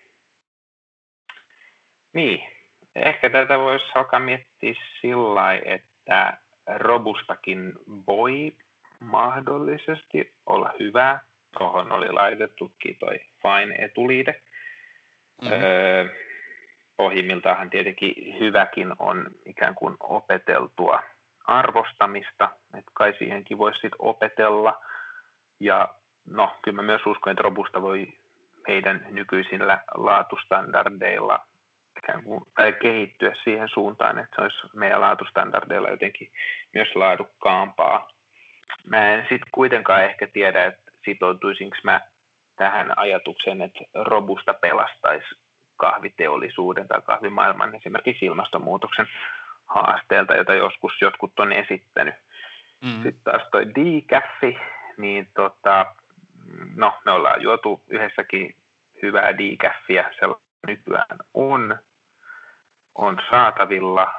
niin, ehkä tätä voisi alkaa miettiä sillä lailla, että robustakin voi mahdollisesti olla hyvä. Tuohon oli laitettukin toi Fine-etuliite. Mm-hmm. Öö, Pohjimmiltaan tietenkin hyväkin on ikään kuin opeteltua arvostamista, että kai siihenkin voisi sitten opetella. Ja no, kyllä mä myös uskon, että robusta voi meidän nykyisillä laatustandardeilla ikään kuin, tai kehittyä siihen suuntaan, että se olisi meidän laatustandardeilla jotenkin myös laadukkaampaa. Mä en sitten kuitenkaan ehkä tiedä, että sitoutuisinko mä tähän ajatukseen, että robusta pelastaisi kahviteollisuuden tai kahvimaailman esimerkiksi ilmastonmuutoksen haasteelta, jota joskus jotkut on esittänyt. Mm. Sitten taas toi decaffi, niin tota, no me ollaan juotu yhdessäkin hyvää decaffia, se nykyään on, on saatavilla.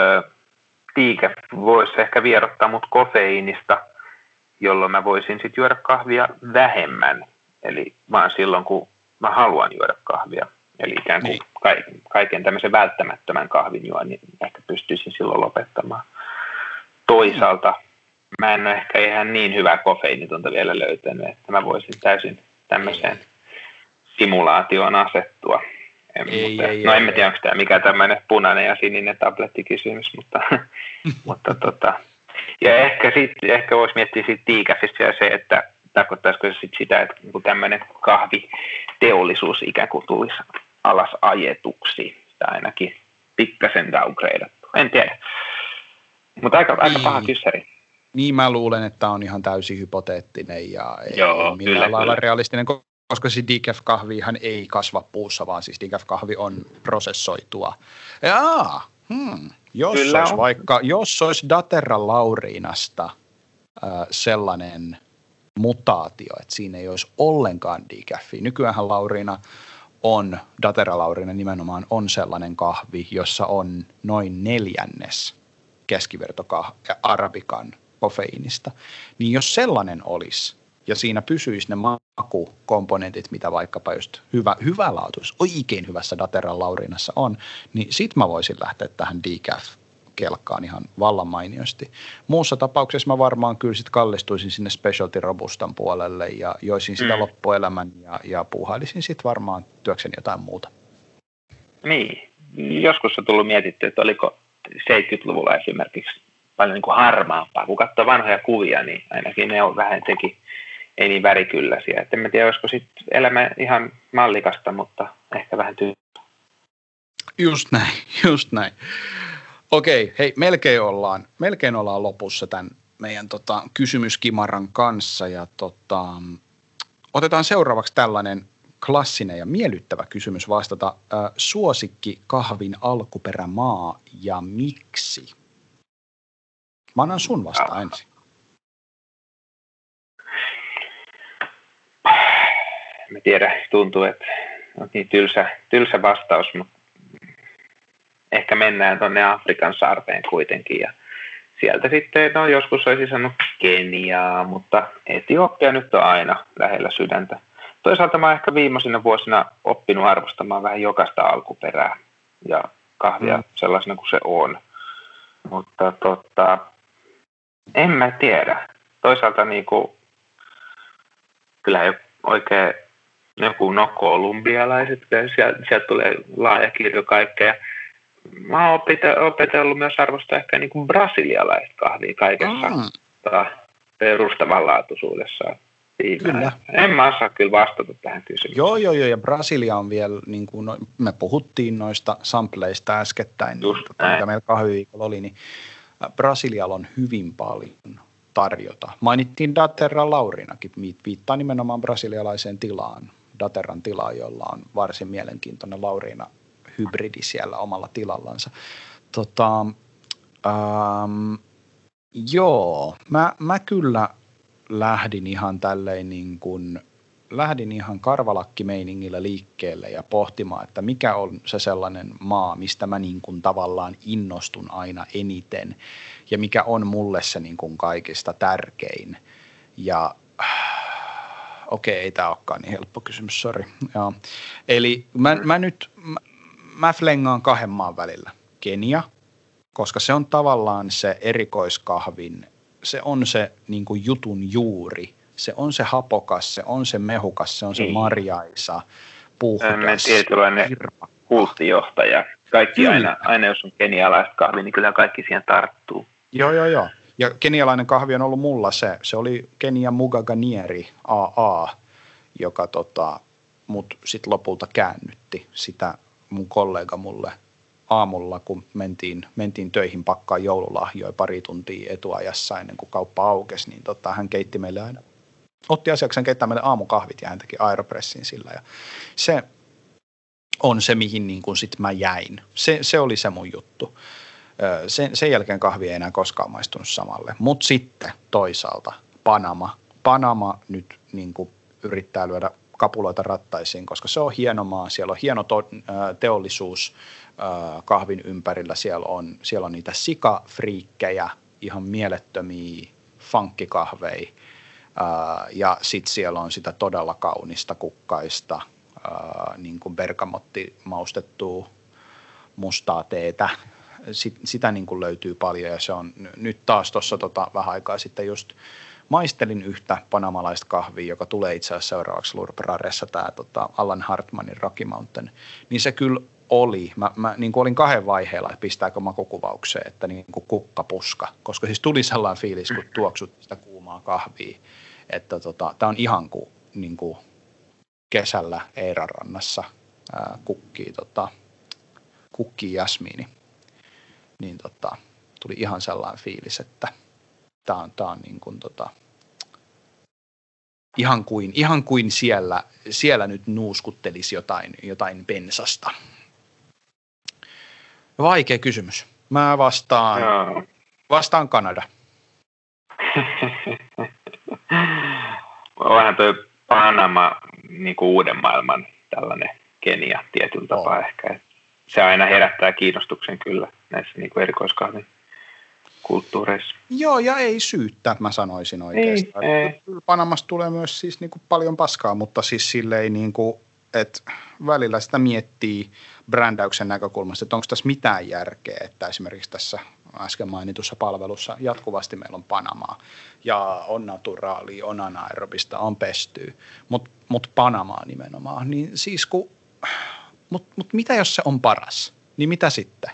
Decaf voisi ehkä vierottaa mut kofeiinista, jolloin mä voisin sitten juoda kahvia vähemmän, eli vaan silloin kun mä haluan juoda kahvia. Eli ikään kuin niin. kaiken tämmöisen välttämättömän kahvin juon, niin ehkä pystyisin silloin lopettamaan. Toisaalta mä en ole ehkä ihan niin hyvää kofeiinitonta vielä löytänyt, että mä voisin täysin tämmöiseen simulaatioon asettua. En, ei, mutta, ei, no ei, en mä tiedä, onko tämä mikä tämmöinen punainen ja sininen tablettikysymys, mutta, mutta tota, ja ehkä, sit, ehkä voisi miettiä siitä decafista ja se, että tarkoittaisiko se sit sitä, että tämmöinen kahviteollisuus ikään kuin tulisi alas ajetuksi, tai ainakin pikkasen downgradeattu. En tiedä. Mutta aika, aika paha kyssäri. Niin mä luulen, että on ihan täysin hypoteettinen ja ei, Joo, ei millään kyllä, lailla kyllä. realistinen, koska siis decaf-kahvihan ei kasva puussa, vaan siis decaf-kahvi on prosessoitua. Jaa, hmm. jos, kyllä olisi on. vaikka, jos olisi Daterra Laurinasta äh, sellainen mutaatio, että siinä ei olisi ollenkaan decafia. Nykyäänhän Laurina on, Daterra Laurina nimenomaan on sellainen kahvi, jossa on noin neljännes keskivertokah- arabikan kofeiinista. Niin jos sellainen olisi, ja siinä pysyisi ne makukomponentit, mitä vaikkapa just hyvä, hyvälaatuis, oikein hyvässä Daterra Laurinassa on, niin sit mä voisin lähteä tähän decaf-kelkkaan ihan vallan mainiosti. Muussa tapauksessa mä varmaan kyllä sit kallistuisin sinne specialty robustan puolelle ja joisin sitä mm. loppuelämän ja, ja puuhailisin sit varmaan työkseni jotain muuta. Niin, joskus on tullut mietitty, että oliko seitsemänkymmentäluvulla esimerkiksi paljon niin kuin harmaampaa. Kun katsoo vanhoja kuvia, niin ainakin ne on vähän jotenkin ei niin värikylläisiä. Et en mä tiedä, olisiko sitten elämä ihan mallikasta, mutta ehkä vähän tyhjää. Just näin, just näin. Okei, hei, melkein ollaan, melkein ollaan lopussa tämän meidän tota, kysymyskimaran kanssa. Ja tota, otetaan seuraavaksi tällainen klassinen ja miellyttävä kysymys vastata. Äh, suosikki kahvin alkuperämaa ja miksi? Mä annan sun vasta ensin. Mä tiedän, tuntuu, että on niin tylsä, tylsä vastaus, mutta ehkä mennään tuonne Afrikan saarteen kuitenkin. Ja sieltä sitten, no joskus olisi sanonut Keniaa, mutta Etiopia nyt on aina lähellä sydäntä. Toisaalta mä oon ehkä viimeisinä vuosina oppinut arvostamaan vähän jokaista alkuperää ja kahvia mm. sellaisena kuin se on. Mutta tota, en mä tiedä. Toisaalta niinku, kyllähän oikein joku no kolumbialaiset, sieltä, sieltä tulee laaja kirjo kaikkea. Mä oon opetellut myös arvostaa ehkä niinku brasilialaista kahvia kaikessa mm. perustavanlaatuisuudessaan. Kyllä. En mä osaa kyllä vastata tähän kysymykseen. Joo, joo, joo, ja Brasilia on vielä, niin kuin no, me puhuttiin noista sampleista äskettäin, niin, tota, mitä meillä kahviviikolla oli, niin Brasilialla on hyvin paljon tarjota. Mainittiin Daterra Laurinakin, viittaa nimenomaan brasilialaiseen tilaan, Daterran tilaan, jolla on varsin mielenkiintoinen Laurina hybridi siellä omalla tilallansa. Tota, ähm, joo, mä, mä kyllä lähdin ihan tälleen niin kuin, lähdin ihan karvalakkimeiningillä liikkeelle ja pohtimaan, että mikä on se sellainen maa, mistä mä niin kuin tavallaan innostun aina eniten ja mikä on mulle se niin kuin kaikista tärkein. Ja okei, ei tämä olekaan niin helppo kysymys, sori. Joo. Eli mä, mä nyt, mä, mä flengaan kahden maan välillä. Kenia, koska se on tavallaan se erikoiskahvin, se on se niin kuin jutun juuri. Se on se hapokas, se on se mehukas, se on se niin. marjaisa, puhdas, tietynlainen kulttijohtaja. Kaikki aina, aina, jos on kenialaista kahvia, niin kyllä kaikki siihen tarttuu. Joo, joo, joo. Ja kenialainen kahvi on ollut mulla se. Se oli Kenia Mugaganieri A A, joka tota, mut sit lopulta käännytti sitä mun kollega mulle aamulla, kun mentiin, mentiin töihin pakkaa joululahjoja pari tuntia etuajassa ennen kuin kauppa aukesi, niin tota, hän keitti meille aina, otti asiakseen keittää meille aamukahvit ja hän teki Aeropressin sillä. Ja se on se, mihin niin kuin sit mä jäin. Se, se oli se mun juttu. Sen, sen jälkeen kahvi ei enää koskaan maistunut samalle. Mutta sitten toisaalta Panama. Panama nyt niin kuin yrittää lyödä kapuloita rattaisiin, koska se on hieno maa. Siellä on hieno to, teollisuus kahvin ympärillä. Siellä on, siellä on niitä sikafriikkejä, ihan mielettömiä funkkikahveja. Ja sitten siellä on sitä todella kaunista kukkaista, niin kuin bergamotti maustettua mustaa teetä. Sit, sitä niin kuin löytyy paljon ja se on nyt taas tuossa tota, vähän aikaa sitten just maistelin yhtä panamalaista kahvia, joka tulee itse asiassa seuraavaksi Lurperaressa, tämä tota, Alan Hartmanin Rocky Mountain, niin se kyllä oli, mä, mä niin kuin olin kahden vaiheella, että pistääkö makukuvaukseen, että niin kuin kukkapuska, koska siis tuli sellainen fiilis, kun tuoksut sitä kuumaa kahvia, että tota, tämä on ihan kuin, niin kuin kesällä Eiranrannassa ää, kukkii, tota, kukkii jasmiini. Niin tota, tuli ihan sellainen fiilis, että tämä on, tää on niin kuin tota, ihan kuin, ihan kuin siellä, siellä nyt nuuskuttelisi jotain, jotain pensasta. Vaikea kysymys. Mä vastaan, no. vastaan Kanada. Onhan toi Panama niin kuin uuden maailman tällainen Kenia tietyllä tapaa oh. ehkä. Se aina herättää kiinnostuksen kyllä näissä niin kuin erikoiskahvin kulttuureissa. Joo, ja ei syyttä, mä sanoisin oikeastaan. Ei, ei. Panamasta tulee myös siis niin kuin paljon paskaa, mutta siis silleen, niin kuin, että välillä sitä miettii brändäyksen näkökulmasta, että onko tässä mitään järkeä, että esimerkiksi tässä äsken mainitussa palvelussa jatkuvasti meillä on Panamaa ja on naturaalia, on anaerobista, on pestyä, mutta mut Panamaa nimenomaan. Niin siis kun, mutta mut mitä jos se on paras, niin mitä sitten?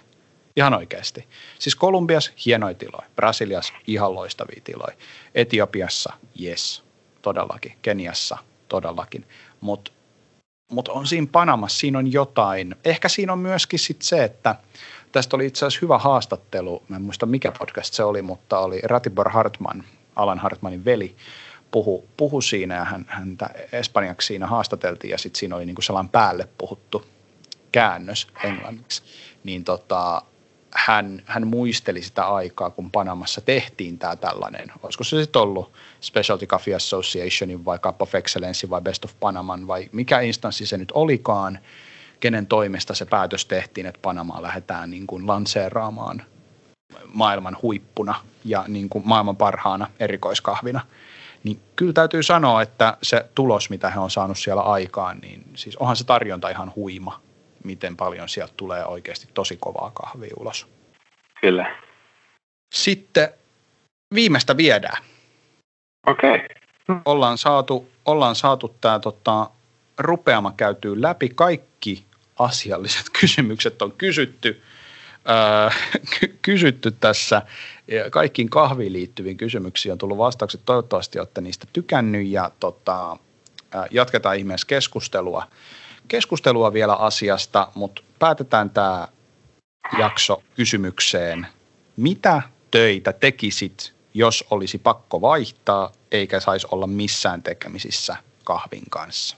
Ihan oikeasti. Siis Kolumbiassa hienoja tiloja, Brasiliassa ihan loistavia tiloja, Etiopiassa yes, todellakin, Keniassa todellakin, mutta mut on siinä Panamassa, siinä on jotain. Ehkä siinä on myöskin sit se, että tästä oli itse asiassa hyvä haastattelu, mä en muista mikä podcast se oli, mutta oli Ratibor Hartman, Alan Hartmanin veli, puhu, puhu siinä ja hän, häntä espanjaksi siinä haastateltiin ja sitten siinä oli niinku sellainen päälle puhuttu käännös englanniksi, niin tota, hän, hän muisteli sitä aikaa, kun Panamassa tehtiin tämä tällainen, olisiko se sitten ollut Specialty Coffee Associationin vai Cup of Excellence vai Best of Panaman vai mikä instanssi se nyt olikaan, kenen toimesta se päätös tehtiin, että Panamaa lähdetään niin kuin lanseeraamaan maailman huippuna ja niin kuin maailman parhaana erikoiskahvina. Niin kyllä täytyy sanoa, että se tulos, mitä he on saanut siellä aikaan, niin siis onhan se tarjonta ihan huima, miten paljon sieltä tulee oikeasti tosi kovaa kahvia ulos. Kyllä. Sitten viimeistä viedään. Okei. Okay. Ollaan saatu, ollaan saatu tämä tota, rupeama käytyy läpi. Kaikki asialliset kysymykset on kysytty, öö, ky- kysytty tässä. Kaikkiin kahviin liittyviin kysymyksiin on tullut vastaukset. Toivottavasti olette niistä tykännyt ja tota, jatketaan ihmeessä keskustelua. Keskustelua vielä asiasta, mutta päätetään tämä jakso kysymykseen. Mitä töitä tekisit, jos olisi pakko vaihtaa, eikä saisi olla missään tekemisissä kahvin kanssa?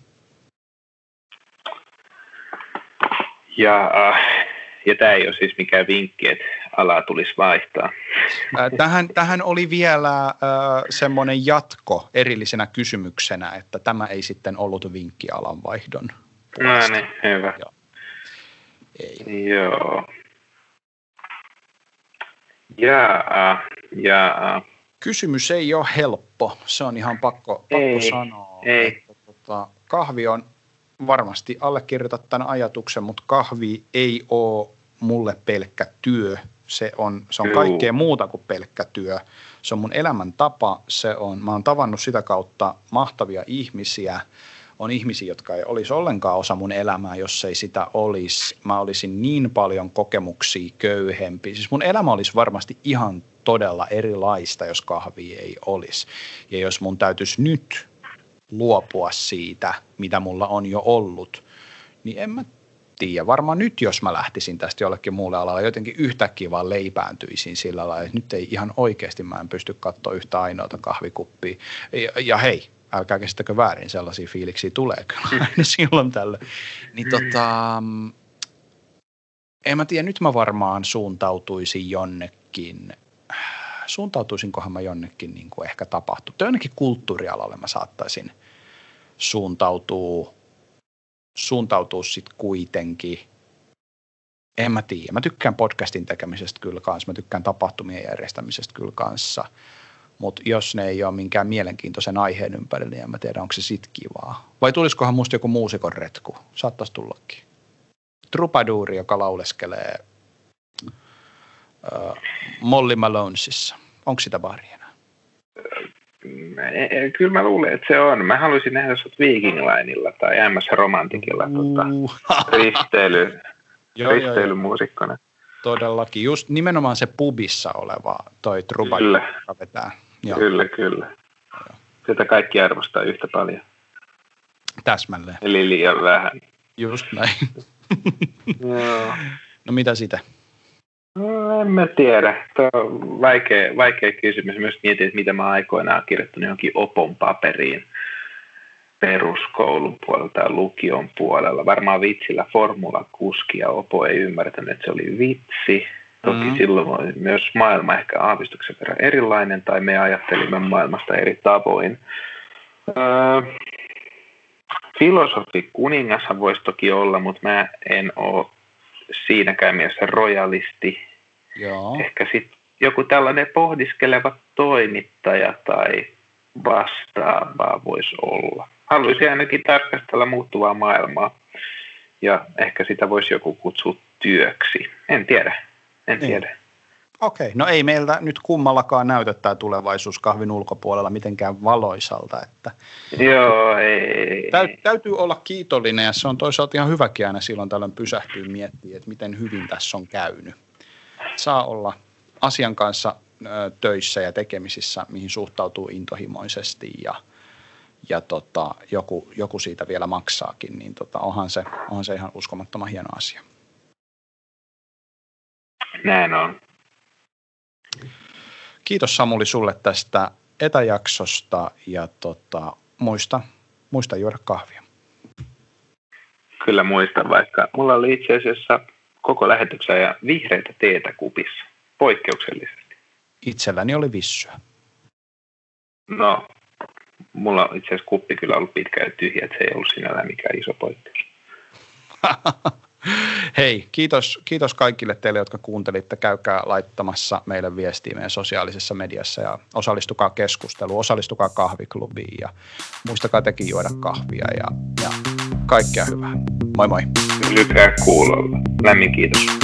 Ja, äh, ja tämä ei ole siis mikään vinkki, että alaa tulisi vaihtaa. Tähän, tähän oli vielä äh, semmoinen jatko erillisenä kysymyksenä, että tämä ei sitten ollut vinkki alanvaihdon. No niin, hyvä. Joo. Ei. Joo. Jaa, jaa. Kysymys ei ole helppo, se on ihan pakko, pakko ei, sanoa. Ei. Että, tota, kahvi on, varmasti allekirjoitat tämän ajatuksen, mutta kahvi ei ole mulle pelkkä työ. Se on, se on kaikkea muuta kuin pelkkä työ. Se on mun elämäntapa, se on, mä oon tavannut sitä kautta mahtavia ihmisiä. On ihmisiä, jotka ei olisi ollenkaan osa mun elämää, jos ei sitä olisi. Mä olisin niin paljon kokemuksia köyhempi. Siis mun elämä olisi varmasti ihan todella erilaista, jos kahvia ei olisi. Ja jos mun täytyisi nyt luopua siitä, mitä mulla on jo ollut, niin en mä tiedä. Varmaan nyt, jos mä lähtisin tästä jollekin muulle alalle, jotenkin yhtäkkiä vaan leipääntyisin sillä lailla, että nyt ei ihan oikeasti mä en pysty katsoa yhtä ainoata kahvikuppia. Ja, ja hei, älkää kestäkö väärin, sellaisia fiiliksiä tulee kyllä aina silloin tällöin. Niin tota, en mä tiedä, nyt mä varmaan suuntautuisin jonnekin, suuntautuisinkohan mä jonnekin niin kuin ehkä tapahtuu. Tai jonnekin kulttuurialalle mä saattaisin suuntautua, suuntautua sitten kuitenkin. En mä tiedä, mä tykkään podcastin tekemisestä kyllä kanssa, mä tykkään tapahtumien järjestämisestä kyllä kanssa. Mutta jos ne ei ole minkään mielenkiintoisen aiheen ympärillä, niin en mä tiedä, onko se sit kivaa. Vai tulisikohan musta joku muusikon retku? Saattaisi tullakin. Troubadouri, joka lauleskelee äh, Molly Malonesissa. Onko sitä baari enää? Kyllä mä luulen, että se on. Mä haluaisin nähdä sut Viking Linella tai M S Romanticilla Uh. tota, risteily, risteilymuusikkona. Todellakin. Just nimenomaan se pubissa oleva toi Troubadour, joka vetää. Joo. Kyllä, kyllä. Joo. Sitä kaikki arvostaa yhtä paljon. Täsmälleen. Eli liian vähän. Just näin. Joo. No mitä sitä? No, en mä tiedä. Tuo on vaikea, vaikea kysymys. Myös mietin, että mitä mä aikoinaan olen kirjoittanut johonkin opon paperiin peruskoulun puolella tai lukion puolella. Varmaan vitsillä formulakuski ja opo ei ymmärtänyt, että se oli vitsi. Toki mm-hmm. silloin oli myös maailma ehkä aavistuksen verran erilainen tai me ajattelimme maailmasta eri tavoin. Öö, filosofi kuningashan voisi toki olla, mutta mä en ole siinäkään mielessä rojalisti. Joo. Ehkä sitten joku tällainen pohdiskeleva toimittaja tai vastaavaa voisi olla. Haluaisin ainakin tarkastella muuttuvaa maailmaa ja ehkä sitä voisi joku kutsua työksi. En tiedä. En niin. tiedä. Okei, okay. No ei meiltä nyt kummallakaan näytä tämä tulevaisuus kahvin ulkopuolella mitenkään valoisalta. Että Joo, ei. Täy- täytyy olla kiitollinen ja se on toisaalta ihan hyväkin aina silloin tällöin pysähtyä miettiä, että miten hyvin tässä on käynyt. saa olla asian kanssa ö, töissä ja tekemisissä, mihin suhtautuu intohimoisesti ja, ja tota, joku, joku siitä vielä maksaakin, niin tota, onhan, se, onhan se ihan uskomattoman hieno asia. Näin on. Kiitos Samuli sulle tästä etäjaksosta ja tota, muista, muista juoda kahvia. Kyllä muistan, vaikka mulla oli itse asiassa koko lähetyksen ja vihreitä teetä kupissa, poikkeuksellisesti. Itselläni oli vissyä. No, mulla on itse asiassa kuppi kyllä ollut pitkä ja tyhjä, että se ei ollut sinällään mikään iso poikkeus. Hei, kiitos, kiitos kaikille teille, jotka kuuntelitte. Käykää laittamassa meille viestiä meidän sosiaalisessa mediassa ja osallistukaa keskusteluun, osallistukaa kahviklubiin ja muistakaa tekin juoda kahvia ja, ja kaikkea hyvää. Moi moi. Lykkää kuulolla. Lämmin kiitos.